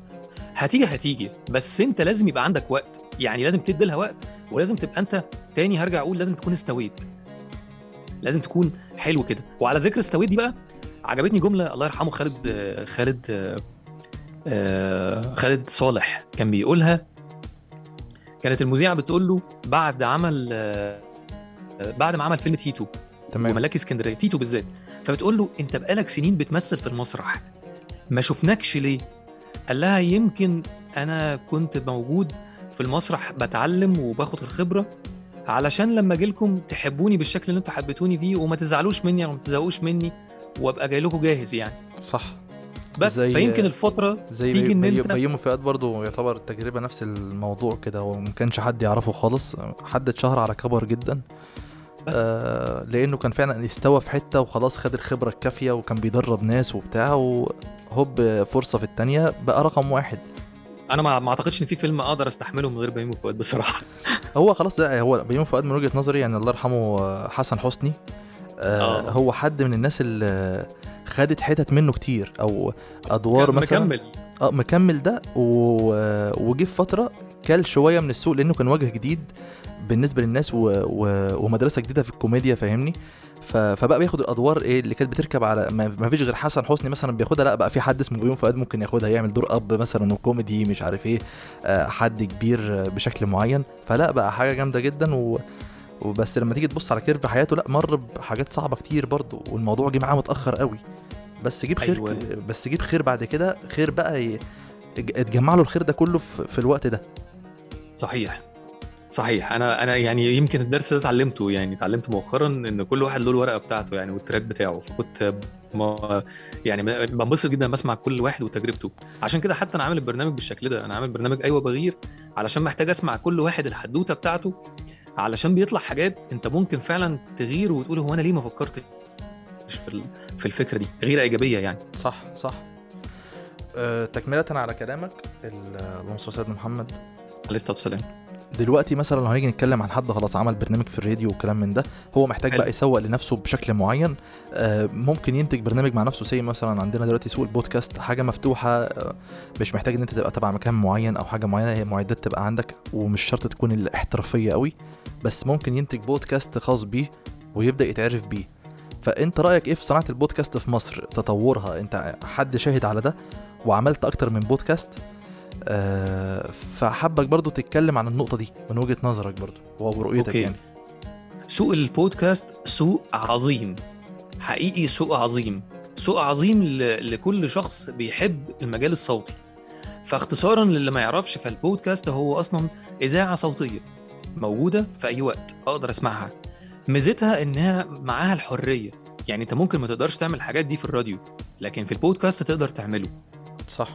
هتيجي بس انت لازم يبقى عندك وقت، يعني لازم تدي لها وقت، ولازم تبقى انت تاني هرجع اقول لازم تكون استويت، لازم تكون حلو كده. وعلى ذكر استويت دي بقى، عجبتني جمله الله يرحمه خالد صالح كان بيقولها. كانت المذيعه بتقول له بعد ما عمل فيلم تيتو وملاك اسكندريه، تيتو بالذات، فبتقول له انت بقالك سنين بتمثل في المسرح، ما شفناكش ليه؟ قال لها يمكن انا كنت موجود في المسرح بتعلم وباخد الخبره علشان لما اجي لكم تحبوني بالشكل اللي انتوا حبيتوني فيه، وما تزعلوش مني او ما تزهقوش مني، وابقى جاي لكم جاهز يعني. صح. بس فيمكن الفتره تيجي ان انت بيومي فؤاد برضو يعتبر التجربه نفس الموضوع كده، وما كانش حد يعرفه خالص، حد اتشهر على كبر جدا، لانه كان فعلا استوى في حته وخلاص، خد الخبره الكافيه وكان بيدرب ناس وبتاع، وهوب فرصه في التانية بقى رقم واحد. انا ما اعتقدش ان في فيلم اقدر استحمله من غير بيومي فؤاد بصراحه. هو خلاص ده هو بيومي فؤاد من وجهه نظري، يعني الله يرحمه حسن حسني، هو حد من الناس اللي خدت حتت منه كتير او ادوار مثلا مكمل ده، وجي في فتره كل شويه من السوق لانه كان وجه جديد بالنسبه للناس ومدرسه جديده في الكوميديا، فاهمني؟ فبقى بياخد الادوار اللي كانت بتركب على ما فيش غير حسن حسني مثلا بياخدها، لا بقى في حد اسمه بيومي فؤاد ممكن ياخدها، يعمل دور اب مثلا وكوميدي مش عارف ايه، حد كبير بشكل معين، فلا بقى حاجه جامده جدا. وبس لما تيجي تبص على كيرف حياته، لا مر بحاجات صعبه كتير برضو، والموضوع جه معاه متاخر قوي، بس جيب خير. أيوة. بس جيب خير بعد كده، خير بقى اتجمع له الخير ده كله في الوقت ده. صحيح. انا يعني يمكن الدرس ده اتعلمت مؤخرا ان كل واحد له الورقه بتاعته يعني والتراك بتاعه، فكنت يعني بنبسط جدا بسمع كل واحد وتجربته. عشان كده حتى انا عامل البرنامج بالشكل ده، انا عامل برنامج ايوه بغير علشان محتاج اسمع كل واحد الحدوته بتاعته، علشان بيطلع حاجات انت ممكن فعلا تغير وتقول هو انا ليه ما فكرتش في الفكره دي، غيره ايجابيه يعني. صح. تكمله على كلامك، اللهم صل على سيدنا محمد عليه الصلاه والسلام. دلوقتي مثلا لو هنيجي نتكلم عن حد خلاص عمل برنامج في الراديو وكلام من ده، هو محتاج بقى يسوق لنفسه بشكل معين، ممكن ينتج برنامج مع نفسه. مثلا عندنا دلوقتي سوق البودكاست حاجه مفتوحه، مش محتاج ان انت تبقى تبع مكان معين او حاجه معينه، هي معدات تبقى عندك ومش شرط تكون الاحترافيه قوي، بس ممكن ينتج بودكاست خاص بيه ويبدا يتعرف بيه. فانت رايك ايه في صناعه البودكاست في مصر، تطورها؟ انت حد شاهد على ده وعملت اكتر من بودكاست، فحبك برضو تتكلم عن النقطة دي من وجهة نظرك برضو ورؤيتك. أوكي. يعني سوق البودكاست سوق عظيم، حقيقي سوق عظيم، سوق عظيم لكل شخص بيحب المجال الصوتي. فاختصارا للي ما يعرفش، فالبودكاست هو أصلا إذاعة صوتية موجودة في أي وقت أقدر أسمعها. ميزتها إنها معاها الحرية، يعني أنت ممكن ما تقدرش تعمل الحاجات دي في الراديو، لكن في البودكاست تقدر تعمله. صح.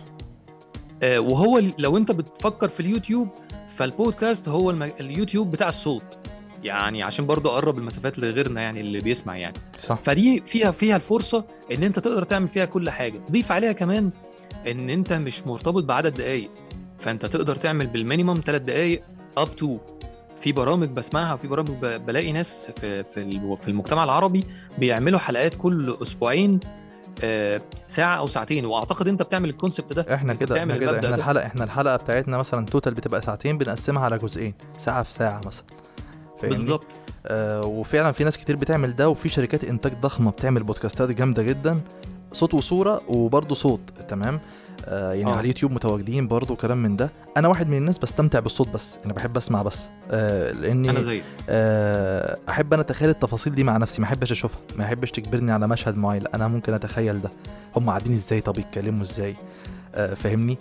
وهو لو أنت بتفكر في اليوتيوب، فالبودكاست هو اليوتيوب بتاع الصوت، يعني عشان برضو أقرب المسافات لغيرنا يعني اللي بيسمع يعني. صح. فدي فيها الفرصة إن أنت تقدر تعمل فيها كل حاجة. ضيف عليها كمان إن أنت مش مرتبط بعدد دقايق، فأنت تقدر تعمل بالمينيمم 3 دقايق up to. في برامج بسمعها وفي برامج بلاقي ناس في المجتمع العربي بيعملوا حلقات كل أسبوعين، ساعة أو ساعتين. وأعتقد أنت بتعمل الكونسبت ده. احنا الحلقة بتاعتنا مثلا توتال بتبقى ساعتين، بنقسمها على جزئين، ساعة في ساعة مثلا. بالظبط. وفعلا في ناس كتير بتعمل ده، وفي شركات انتاج ضخمة بتعمل بودكاستات جامدة جدا، صوت وصورة وبرضه صوت. تمام. يعني على اليوتيوب متواجدين برضو كلام من ده. انا واحد من الناس بستمتع بالصوت بس، انا بحب اسمع بس، لاني انا زي احب انا اتخيل التفاصيل دي مع نفسي، ما احبش اشوفها، ما احبش تجبرني على مشهد معين، انا ممكن اتخيل ده هم قاعدين ازاي، طب يتكلموا ازاي، فهمني.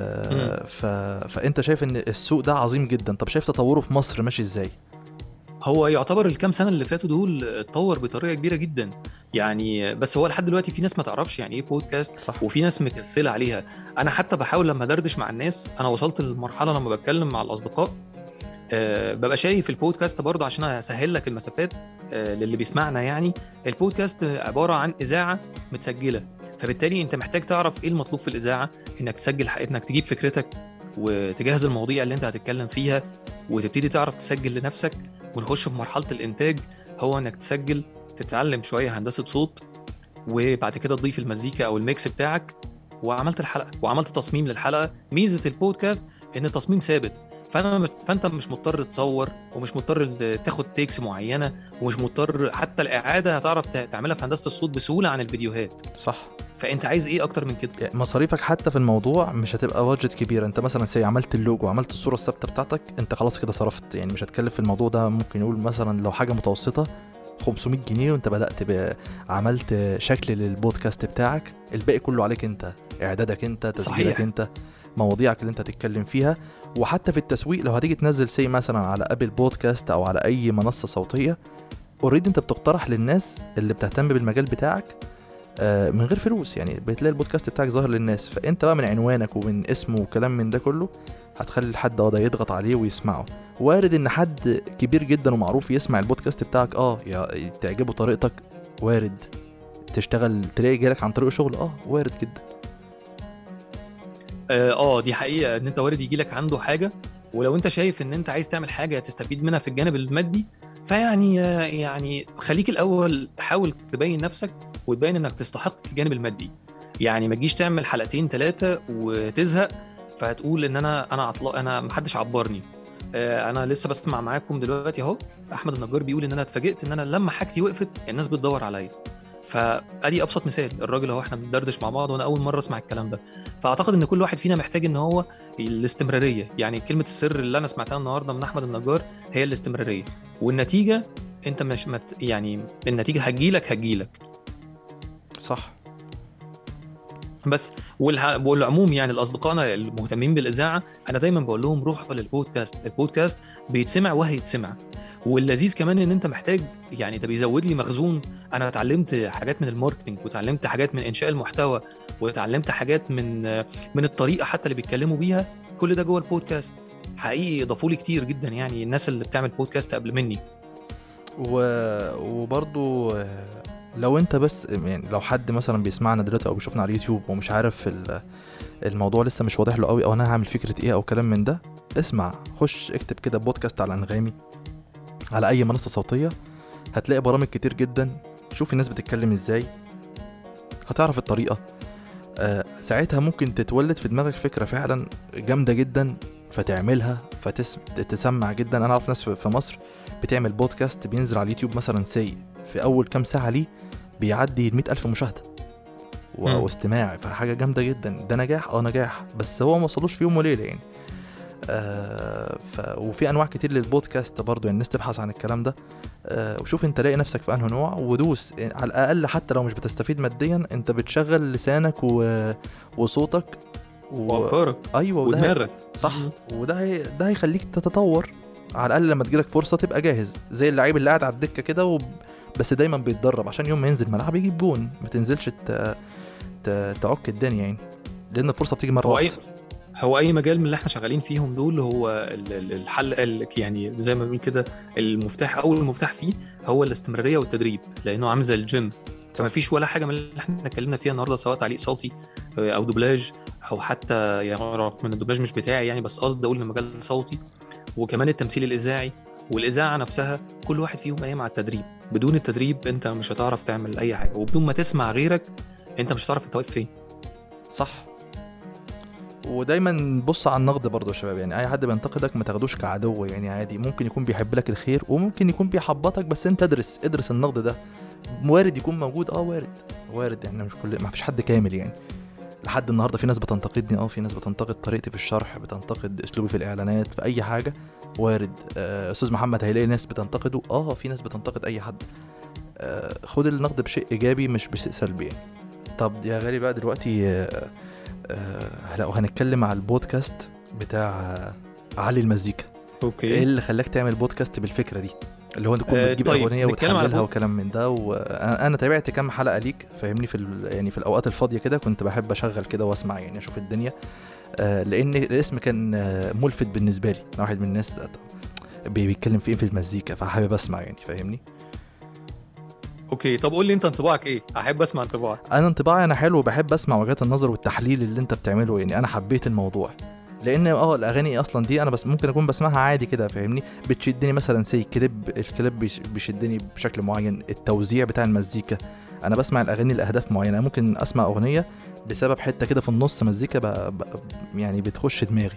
فانت شايف ان السوق ده عظيم جدا. طب شايف تطوره في مصر ماشي ازاي؟ هو يعتبر الكام سنة اللي فاتوا دول اتطور بطريقة كبيرة جدا يعني. بس هو لحد دلوقتي في ناس ما تعرفش يعني ايه بودكاست. صح. وفي ناس مكسلة عليها. انا حتى بحاول لما دردش مع الناس، انا وصلت للمرحلة لما بتكلم مع الاصدقاء ببقى شايف البودكاست برضه عشان اسهل لك المسافات للي بيسمعنا. يعني البودكاست عبارة عن إذاعة متسجلة، فبالتالي انت محتاج تعرف ايه المطلوب في الإذاعة، انك تسجل، انك تجيب فكرتك وتجهز المواضيع اللي انت هتتكلم فيها، وتبتدي تعرف تسجل لنفسك، ونخش في مرحلة الإنتاج. هو انك تسجل، تتعلم شوية هندسة صوت، وبعد كده تضيف المزيكا او الميكس بتاعك، وعملت الحلقة وعملت تصميم للحلقة. ميزة البودكاست ان التصميم ثابت، فانت مش مضطر تصور، ومش مضطر تاخد تيكس معينة، ومش مضطر حتى الإعادة هتعرف تعملها في هندسة الصوت بسهولة عن الفيديوهات. صح. فانت عايز ايه اكتر من كده؟ يعني مصاريفك حتى في الموضوع مش هتبقى واجد كبيره. انت مثلا عملت اللوجو وعملت الصوره الثابته بتاعتك، انت خلاص كده صرفت، يعني مش هتكلف في الموضوع ده. ممكن نقول مثلا لو حاجه متوسطه 500 جنيه وانت بدات عملت شكل للبودكاست بتاعك، الباقي كله عليك انت، اعدادك انت، تسجيلك. صحيح. انت مواضيعك اللي انت تتكلم فيها. وحتى في التسويق لو هتيجي تنزل مثلا على ابل بودكاست او على اي منصه صوتيه، اوريدي انت بتقترح للناس اللي بتهتم بالمجال بتاعك من غير فلوس، يعني بتلاقي البودكاست بتاعك ظاهر للناس. فانت بقى من عنوانك ومن اسمه وكلام من ده كله هتخلي الحد ده يضغط عليه ويسمعه. وارد ان حد كبير جدا ومعروف يسمع البودكاست بتاعك، تعجبه طريقتك، وارد تشتغل تلاقي جالك عن طريق شغل، وارد جدا. دي حقيقة ان انت وارد يجيلك عنده حاجة. ولو انت شايف ان انت عايز تعمل حاجة تستفيد منها في الجانب المادي، فيعني خليك الاول حاول تبين نفسك وتبين انك تستحق الجانب المادي. يعني ما تجيش تعمل 2-3 وتزهق فتقول ان انا محدش عبرني. انا لسه بسمع معاكم دلوقتي اهو احمد النجار بيقول ان انا اتفاجئت ان انا لما حاجتي وقفت الناس بتدور عليا. فادي ابسط مثال، الراجل اهو احنا بندردش مع بعض وانا اول مره اسمع الكلام ده. فاعتقد ان كل واحد فينا محتاج ان هو الاستمراريه. يعني كلمه السر اللي انا سمعتها النهارده من احمد النجار هي الاستمراريه، والنتيجه انت مش يعني النتيجه هتجيلك. صح. بس والعموم يعني الاصدقائنا المهتمين بالاذاعه انا دايما بقول لهم روحوا للبودكاست. البودكاست بيتسمع وهيتسمع. واللذيذ كمان ان انت محتاج، يعني ده بيزود لي مخزون. انا اتعلمت حاجات من الماركتنج، وتعلمت حاجات من انشاء المحتوى، وتعلمت حاجات من الطريقه حتى اللي بيتكلموا بيها. كل ده جوه البودكاست. حقيقي اضافوا لي كتير جدا يعني الناس اللي بتعمل بودكاست قبل مني. وبرضو لو انت بس يعني لو حد مثلا بيسمعنا دلوقتي او بيشوفنا على اليوتيوب ومش عارف الموضوع لسه مش واضح له قوي، او انا هعمل فكرة ايه او كلام من ده، اسمع، خش اكتب كده بودكاست على انغامي، على اي منصة صوتية، هتلاقي برامج كتير جدا. شوف الناس بتتكلم ازاي، هتعرف الطريقة. ساعتها ممكن تتولد في دماغك فكرة فعلا جامدة جدا فتعملها فتسمع جدا. انا اعرف ناس في مصر بتعمل بودكاست بينزل على اليوتيوب مثلا في اول كام ساعة ليه بيعدي 100,000 مشاهدة. واستماع، فحاجه جامده جدا. ده نجاح، نجاح، بس هو ما وصلوش في يوم وليله يعني. وفي انواع كتير للبودكاست برضو، يعني الناس تبحث عن الكلام ده. وشوف انت لاقي نفسك في انه نوع ودوس، يعني على الاقل حتى لو مش بتستفيد ماديا انت بتشغل لسانك وصوتك وافكارك ايوه ودماغك، صح. ده هيخليك تتطور. على الاقل لما تجيلك فرصه تبقى جاهز، زي اللعيب اللي قاعد على الدكه كده بس دايما بيتدرب عشان يوم ما ينزل ملعب يجيب جون، ما تنزلش تعك الدنيا يعني، لان الفرصه بتيجي مره واحده. هو اي مجال من اللي احنا شغالين فيهم دول هو الحل يعني زي ما بنقول كده، المفتاح او المفتاح فيه هو الاستمراريه والتدريب، لانه عامل زي الجيم. فما فيش ولا حاجه من اللي احنا اتكلمنا فيها النهارده، سواء تعليق صوتي او دوبلاج، او حتى يعني رغم ان الدوبلاج مش بتاعي يعني، بس قصدي اقول المجال صوتي، وكمان التمثيل الاذاعي والاذاعه نفسها، كل واحد فيهم قايم على التدريب. بدون التدريب انت مش هتعرف تعمل اي حاجه، وبدون ما تسمع غيرك انت مش هتعرف انت واقف فين. صح. ودايما بص على النقد برضو يا شباب، يعني اي حد بينتقدك ما تاخدوش كعدو، يعني عادي، ممكن يكون بيحب لك الخير وممكن يكون بيحبطك، بس انت ادرس النقد ده، وارد يكون موجود. وارد يعني، مش ما فيش حد كامل يعني. لحد النهارده في ناس بتنتقدني، في ناس بتنتقد طريقتي في الشرح، بتنتقد اسلوبي في الاعلانات، في اي حاجه وارد. استاذ محمد هيلاقي ناس بتنتقده، في ناس بتنتقد اي حد. خد النقد بشيء ايجابي مش بشيء سلبي يعني. طب يا غالي بقى دلوقتي لو هنتكلم على البودكاست بتاع علي المزيكا، اوكي، ايه اللي خلاك تعمل بودكاست بالفكره دي، اللي هو انت تكون بتجيب اغنيه وتحللها وكلام من ده؟ وانا تابعت كام حلقه ليك فاهمني، يعني في الاوقات الفاضيه كده كنت بحب اشغل كده واسمع، يعني اشوف الدنيا. لان الاسم كان ملفت بالنسبه لي، انا واحد من الناس بيتكلم في ايه في المزيكا، فحابب اسمع يعني فاهمني. اوكي، طب قول لي انت انطباعك ايه؟ احب اسمع انطباعك. انا انطباعي انا حلو، بحب اسمع وجهات النظر والتحليل اللي انت بتعمله، يعني انا حبيت الموضوع، لان الاغاني اصلا دي انا بس ممكن اكون بسمعها عادي كده فاهمني، بتشدني مثلا الكليب بيشدني بشكل معين، التوزيع بتاع المزيكا. انا بسمع الاغاني لاهداف معينه، ممكن اسمع اغنيه بسبب حته كده في النص مزيكا يعني بتخش دماغي.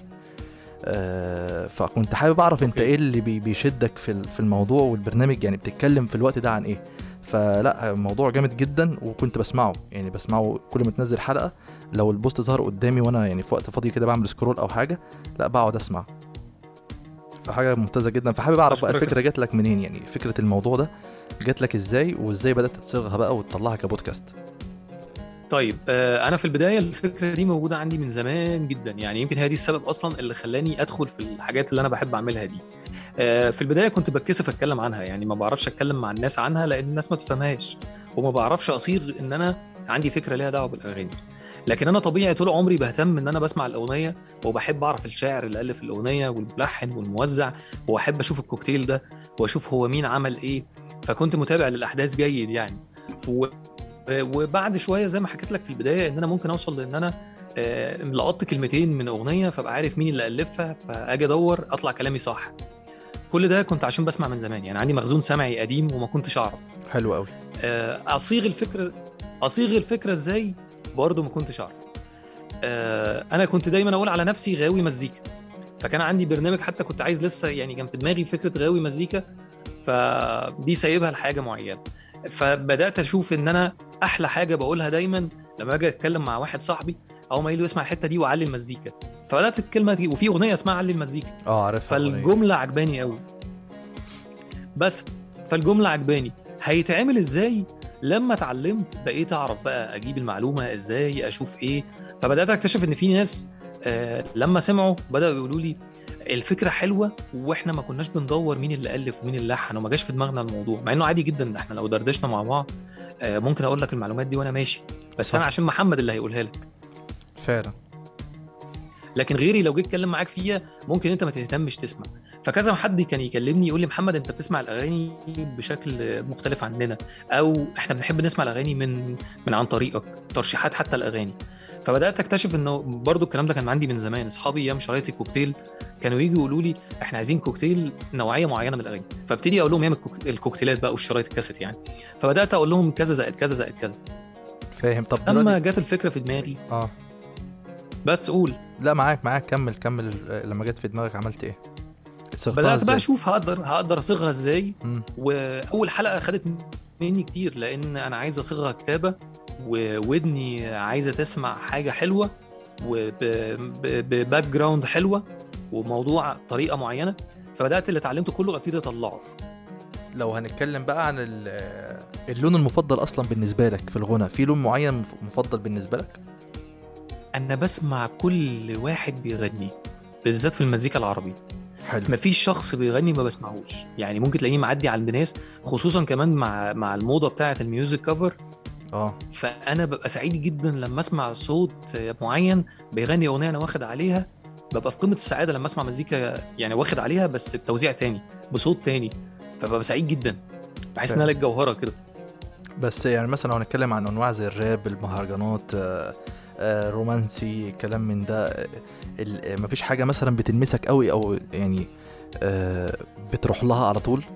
فكنت حابب اعرف انت ايه اللي بيشدك في الموضوع والبرنامج، يعني بتتكلم في الوقت ده عن ايه؟ فلا موضوع جامد جدا، وكنت بسمعه كل ما تنزل حلقه، لو البوست ظهر قدامي وانا يعني في وقت فاضي كده بعمل سكرول او حاجه، لا بقعد اسمع. فحاجه ممتازه جدا. فحابب اعرف بقى الفكره جات لك منين، يعني فكره الموضوع ده جات لك ازاي، وازاي بدات تصيغها بقى وتطلعها كبودكاست؟ طيب انا في البدايه الفكره دي موجوده عندي من زمان جدا، يعني يمكن هي دي السبب اصلا اللي خلاني ادخل في الحاجات اللي انا بحب اعملها دي. في البدايه كنت بتكسف اتكلم عنها، يعني ما بعرفش اتكلم مع الناس عنها لان الناس ما تفهمهاش، وما بعرفش اصيغ ان انا عندي فكره ليها دعوه بالاغاني. لكن انا طبيعي طول عمري بهتم ان انا بسمع الاغنيه، وبحب اعرف الشاعر اللي الف الاغنيه والملحن والموزع، واحب اشوف الكوكتيل ده واشوف هو مين عمل ايه. فكنت متابع للاحداث جيد يعني. وبعد شويه زي ما حكيت لك في البدايه ان انا ممكن اوصل لان انا لقطت كلمتين من اغنيه فبقى عارف مين اللي الفها، فاجي ادور اطلع كلامي صح. كل ده كنت عشان بسمع من زمان، يعني عندي مخزون سمعي قديم وما كنتش اعرف. حلو قوي. اصيغ الفكره ازاي برضه ما كنتش اعرف. انا كنت دايما اقول على نفسي غاوي مزيكا، فكان عندي برنامج حتى كنت عايز لسه، يعني كان في دماغي فكره غاوي مزيكا، فدي سايبها لحاجه معينه. فبدات اشوف ان انا احلى حاجه بقولها دايما لما اجي اتكلم مع واحد صاحبي او ما يقول اسمع الحته دي وعلي المزيكا، فبدات الكلمه دي، وفي اغنيه اسمها علي المزيكا عارفها، فالجمله عجباني قوي. بس فالجمله عجباني هيتعمل ازاي؟ لما اتعلمت بقيت اعرف بقى اجيب المعلومه ازاي، اشوف ايه. فبدات اكتشف ان في ناس لما سمعوا بداوا يقولوا لي الفكره حلوه، واحنا ما كناش بندور مين اللي الف ومين اللي لحن، وما جاش في دماغنا الموضوع، مع انه عادي جدا احنا لو دردشنا مع بعض ممكن اقول لك المعلومات دي وانا ماشي، بس صح. انا عشان محمد اللي هيقولها لك فعلا، لكن غيري لو جيت اتكلم معاك فيها ممكن انت ما تهتمش تسمع. فكذا حد كان يكلمني يقول لي محمد انت بتسمع الاغاني بشكل مختلف عننا، او احنا بنحب نسمع الاغاني من عن طريقك، ترشيحات حتى الاغاني. فبدات اكتشف انه برضو الكلام ده كان عندي من زمان. اصحابي ايام شرايط الكوكتيل كانوا يجي يقولوا لي احنا عايزين كوكتيل نوعيه معينه من الاغاني، فابتدي اقول لهم ايام الكوكتيلات بقى والشرايط الكاسيت يعني، فبدات اقول لهم كذا زائد كذا زائد كذا. فاهم. طب لما جت الفكره في دماغي بس قول. لا معاك كمل. لما جت في دماغك عملت ايه؟ بدات بقى اشوف هقدر اصيغها ازاي. واول حلقه خدت مني كتير لان انا عايز اصيغها كتابه وودني عايزه تسمع حاجه حلوه وباك جراوند حلوه وموضوع طريقه معينه، فبدات اللي اتعلمته كله ابتدي اطلعه. لو هنتكلم بقى عن اللون المفضل اصلا بالنسبه لك في الغنى، في لون معين مفضل بالنسبه لك؟ انا بسمع كل واحد بيغني، بالذات في المزيكا العربي. حلو. مفيش شخص بيغني ما بسمعوش، يعني ممكن تلاقيني معدي على الناس، خصوصا كمان مع الموضه بتاعه الميوزك كفر. فانا ببقى سعيد جدا لما اسمع صوت معين بيغني اغنيه انا واخد عليها، ببقى في قمه السعاده لما اسمع مزيكا يعني واخد عليها بس بتوزيع تاني بصوت تاني، فببقى سعيد جدا، بحس انها لك جوهره كده. بس يعني مثلا لو هنتكلم عن انواع زي الراب، المهرجانات، رومانسي، كلام من ده، مفيش حاجه مثلا بتلمسك قوي او يعني بتروح لها على طول؟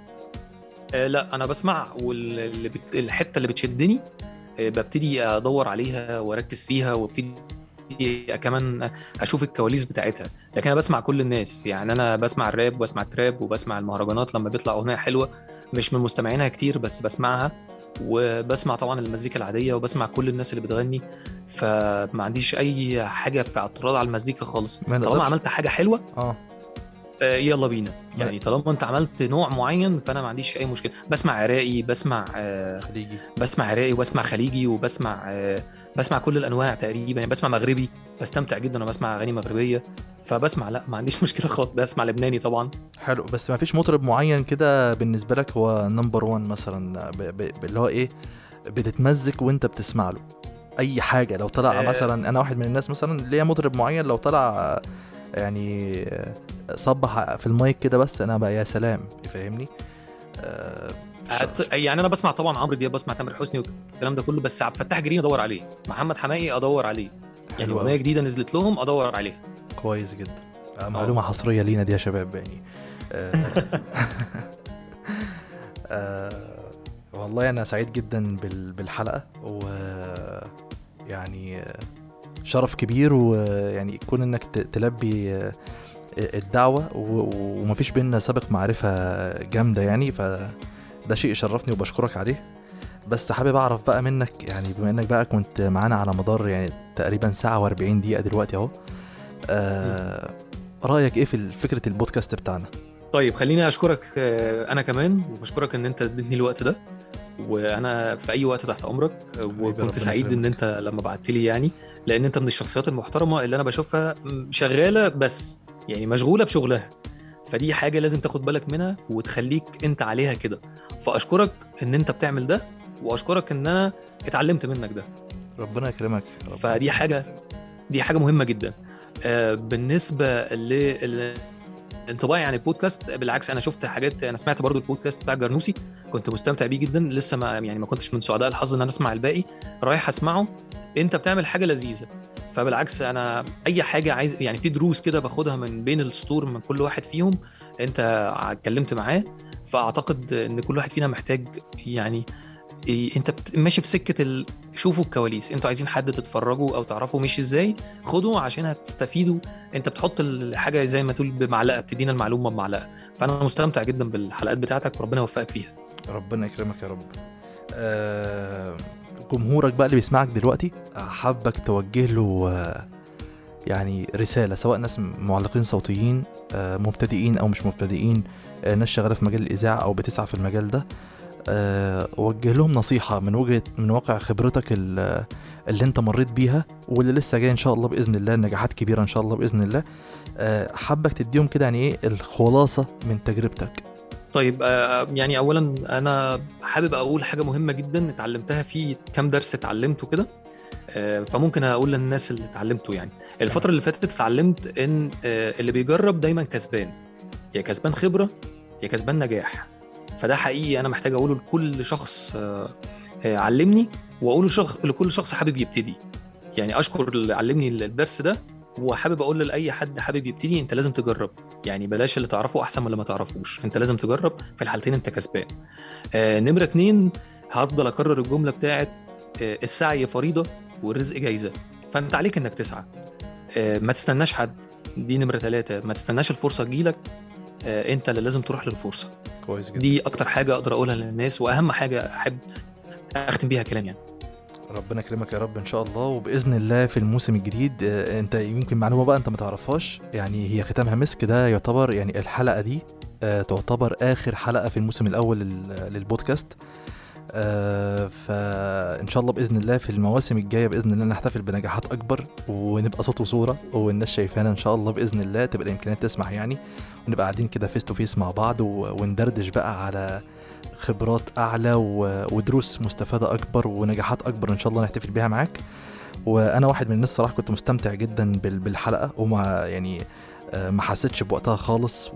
لا انا بسمع، الحته اللي بتشدني ببتدي ادور عليها واركز فيها وابتدي كمان اشوف الكواليس بتاعتها. لكن انا بسمع كل الناس، يعني انا بسمع الراب وبسمع التراب وبسمع المهرجانات لما بيطلع اغنيه حلوه، مش من مستمعينها كتير بس بسمعها، وبسمع طبعا المزيكا العاديه وبسمع كل الناس اللي بتغني. فما عنديش اي حاجه في اعتراض على المزيكا خالص، طالما عملت حاجه حلوه يلا بينا. يعني طالما انت عملت نوع معين فانا ما عنديش اي مشكله. بسمع عراقي، بسمع خليجي، بسمع عراقي وبسمع خليجي وبسمع بسمع كل الانواع تقريبا، يعني بسمع مغربي، بستمتع جدا وانا بسمع اغاني مغربيه، فبسمع لا ما عنديش مشكله خالص. بسمع لبناني طبعا. حلو. بس ما فيش مطرب معين كده بالنسبه لك هو نمبر 1 مثلا، اللي هو ايه بتتمزج وانت بتسمع له اي حاجه؟ لو طلع مثلا، انا واحد من الناس مثلا ليا مطرب معين لو طلع يعني صبح في المايك كده بس انا بقى يا سلام، يفهمني؟ يعني انا بسمع طبعا عمرو دياب، بسمع تامر حسني والكلام ده كله، بس عبد الفتاح جريني ادور عليه، محمد حماقي ادور عليه، يعني اغنيه جديده نزلت لهم ادور عليها. كويس جدا. معلومه حصريه لينا دي يا شباب يعني. والله انا سعيد جدا بالحلقه، ويعني شرف كبير، ويعني يكون انك تلبي الدعوه، ومفيش بيننا سابق معرفه جامده يعني، فده شيء يشرفني وبشكرك عليه. بس حابب اعرف بقى منك، يعني بما انك بقى كنت معانا على مدار يعني تقريبا ساعه و40 دقيقه دلوقتي اهو، رايك ايه في فكره البودكاست بتاعنا؟ طيب خليني اشكرك انا كمان، وبشكرك ان انت اديتني الوقت ده، وانا في اي وقت تحت امرك. وكنت سعيد ان انت لما بعت لي، يعني لان انت من الشخصيات المحترمه اللي انا بشوفها شغاله بس يعني مشغوله بشغلها، فدي حاجه لازم تاخد بالك منها وتخليك انت عليها كده. فاشكرك ان انت بتعمل ده، واشكرك ان انا اتعلمت منك ده. ربنا يكرمك. فدي حاجه مهمه جدا. بالنسبه انطباعي عن البودكاست، بالعكس انا شفت حاجات، انا سمعت برضو البودكاست بتاع جرنوسي، كنت مستمتع بيه جدا، لسه ما كنتش من سعداء الحظ ان انا اسمع الباقي، رايح اسمعه. انت بتعمل حاجه لذيذه، فبالعكس انا اي حاجه عايز، يعني في دروس كده باخدها من بين السطور من كل واحد فيهم انت اتكلمت معاه. فاعتقد ان كل واحد فينا محتاج، يعني انت ماشي في سكه شوفوا الكواليس، انتوا عايزين حد تتفرجوا او تعرفوا ماشي ازاي، خدوا عشان هتستفيدوا. انت بتحط الحاجه زي ما تقول بمعلقه، بتدينا المعلومه بمعلقه. فانا مستمتع جدا بالحلقات بتاعتك، وربنا يوفقك فيها. ربنا يكرمك يا رب. جمهورك بقى اللي بيسمعك دلوقتي، حابك توجه له يعني رساله، سواء ناس معلقين صوتيين مبتدئين او مش مبتدئين، ناس شغاله في مجال الاذاعه او بتسعى في المجال ده، وجه لهم نصيحة من واقع خبرتك اللي انت مريت بيها، واللي لسه جاي ان شاء الله بإذن الله، نجاحات كبيرة ان شاء الله بإذن الله. حابك تديهم كده يعني ايه الخلاصة من تجربتك؟ طيب يعني اولا انا حابب اقول حاجة مهمة جدا اتعلمتها في كام درس اتعلمته كده، فممكن اقول للناس اللي اتعلمته. يعني الفترة اللي فاتت اتعلمت ان اللي بيجرب دايما كسبان، يا كسبان خبرة يا كسبان نجاح. فده حقيقي انا محتاج اقوله لكل شخص علمني، واقوله لكل شخص حابب يبتدي. يعني اشكر اللي علمني الدرس ده، وحابب اقول لاي حد حابب يبتدي انت لازم تجرب، يعني بلاش اللي تعرفه احسن من اللي ما تعرفوش، انت لازم تجرب، في الحالتين انت كسبان. نمرة 2 هفضل اكرر الجملة بتاعت السعي فريضة والرزق جايزة، فانت عليك انك تسعى، ما تستناش حد. دي نمرة 3 ما تستناش الفرصة تجيلك، انت اللي لازم تروح للفرصة. كويس جدا. دي اكتر حاجة اقدر اقولها للناس، واهم حاجة احب اختم بيها كلام يعني. ربنا يكرمك يا رب ان شاء الله. وباذن الله في الموسم الجديد انت يمكن معلومه بقى انت ما تعرفش، يعني هي ختامها مسك، ده يعتبر يعني الحلقه دي تعتبر اخر حلقه في الموسم الاول للبودكاست. فان شاء الله باذن الله في المواسم الجايه باذن الله نحتفل بنجاحات اكبر، ونبقى صوت وصوره والناس شايفانا ان شاء الله باذن الله، تبقى الامكانيات تسمح يعني، ونبقى قاعدين كده فيس تو فيس مع بعض وندردش بقى على خبرات اعلى ودروس مستفاده اكبر ونجاحات اكبر ان شاء الله نحتفل بيها معاك. وانا واحد من الناس صراحه كنت مستمتع جدا بالحلقه، وما يعني ما حسيتش بوقتها خالص،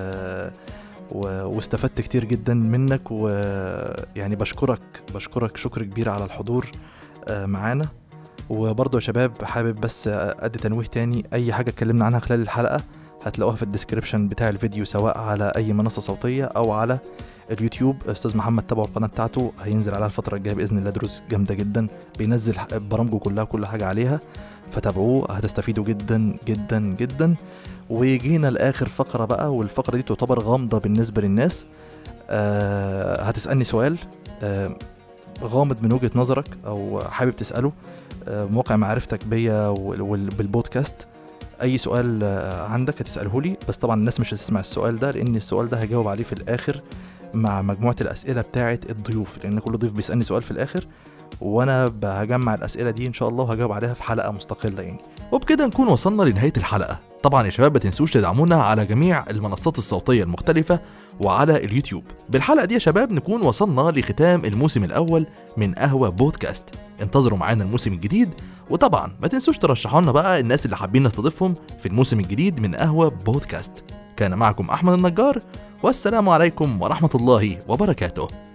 واستفدت كتير جدا منك، ويعني بشكرك شكر كبير على الحضور معانا. وبرضه يا شباب حابب بس ادي تنويه تاني، اي حاجه اتكلمنا عنها خلال الحلقه هتلاقوها في الديسكريبشن بتاع الفيديو، سواء على اي منصه صوتيه او على اليوتيوب. استاذ محمد تابعوا القناه بتاعته، هينزل عليها الفتره الجايه باذن الله دروس جامده جدا، بينزل برامجه كلها كل حاجه عليها، فتابعوه هتستفيدوا جدا جدا جدا. ويجينا لاخر فقره بقى، والفقره دي تعتبر غامضه بالنسبه للناس. هتسالني سؤال غامض من وجهه نظرك او حابب تساله، موقع معرفتك بيا وبالبودكاست. اي سؤال عندك هتساله لي، بس طبعا الناس مش هتسمع السؤال ده، لان السؤال ده هجاوب عليه في الاخر مع مجموعه الاسئله بتاعه الضيوف، لان كل ضيف بيسالني سؤال في الاخر، وانا هجمع الاسئله دي ان شاء الله وهجاوب عليها في حلقه مستقله يعني. وبكده نكون وصلنا لنهايه الحلقه. طبعا يا شباب ما تنسوش تدعمونا على جميع المنصات الصوتيه المختلفه وعلى اليوتيوب. بالحلقه دي يا شباب نكون وصلنا لختام الموسم الاول من قهوه بودكاست. انتظروا معانا الموسم الجديد، وطبعا ما تنسوش ترشحوا لنا بقى الناس اللي حابين نستضيفهم في الموسم الجديد من قهوه بودكاست. كان معكم احمد النجار، والسلام عليكم ورحمه الله وبركاته.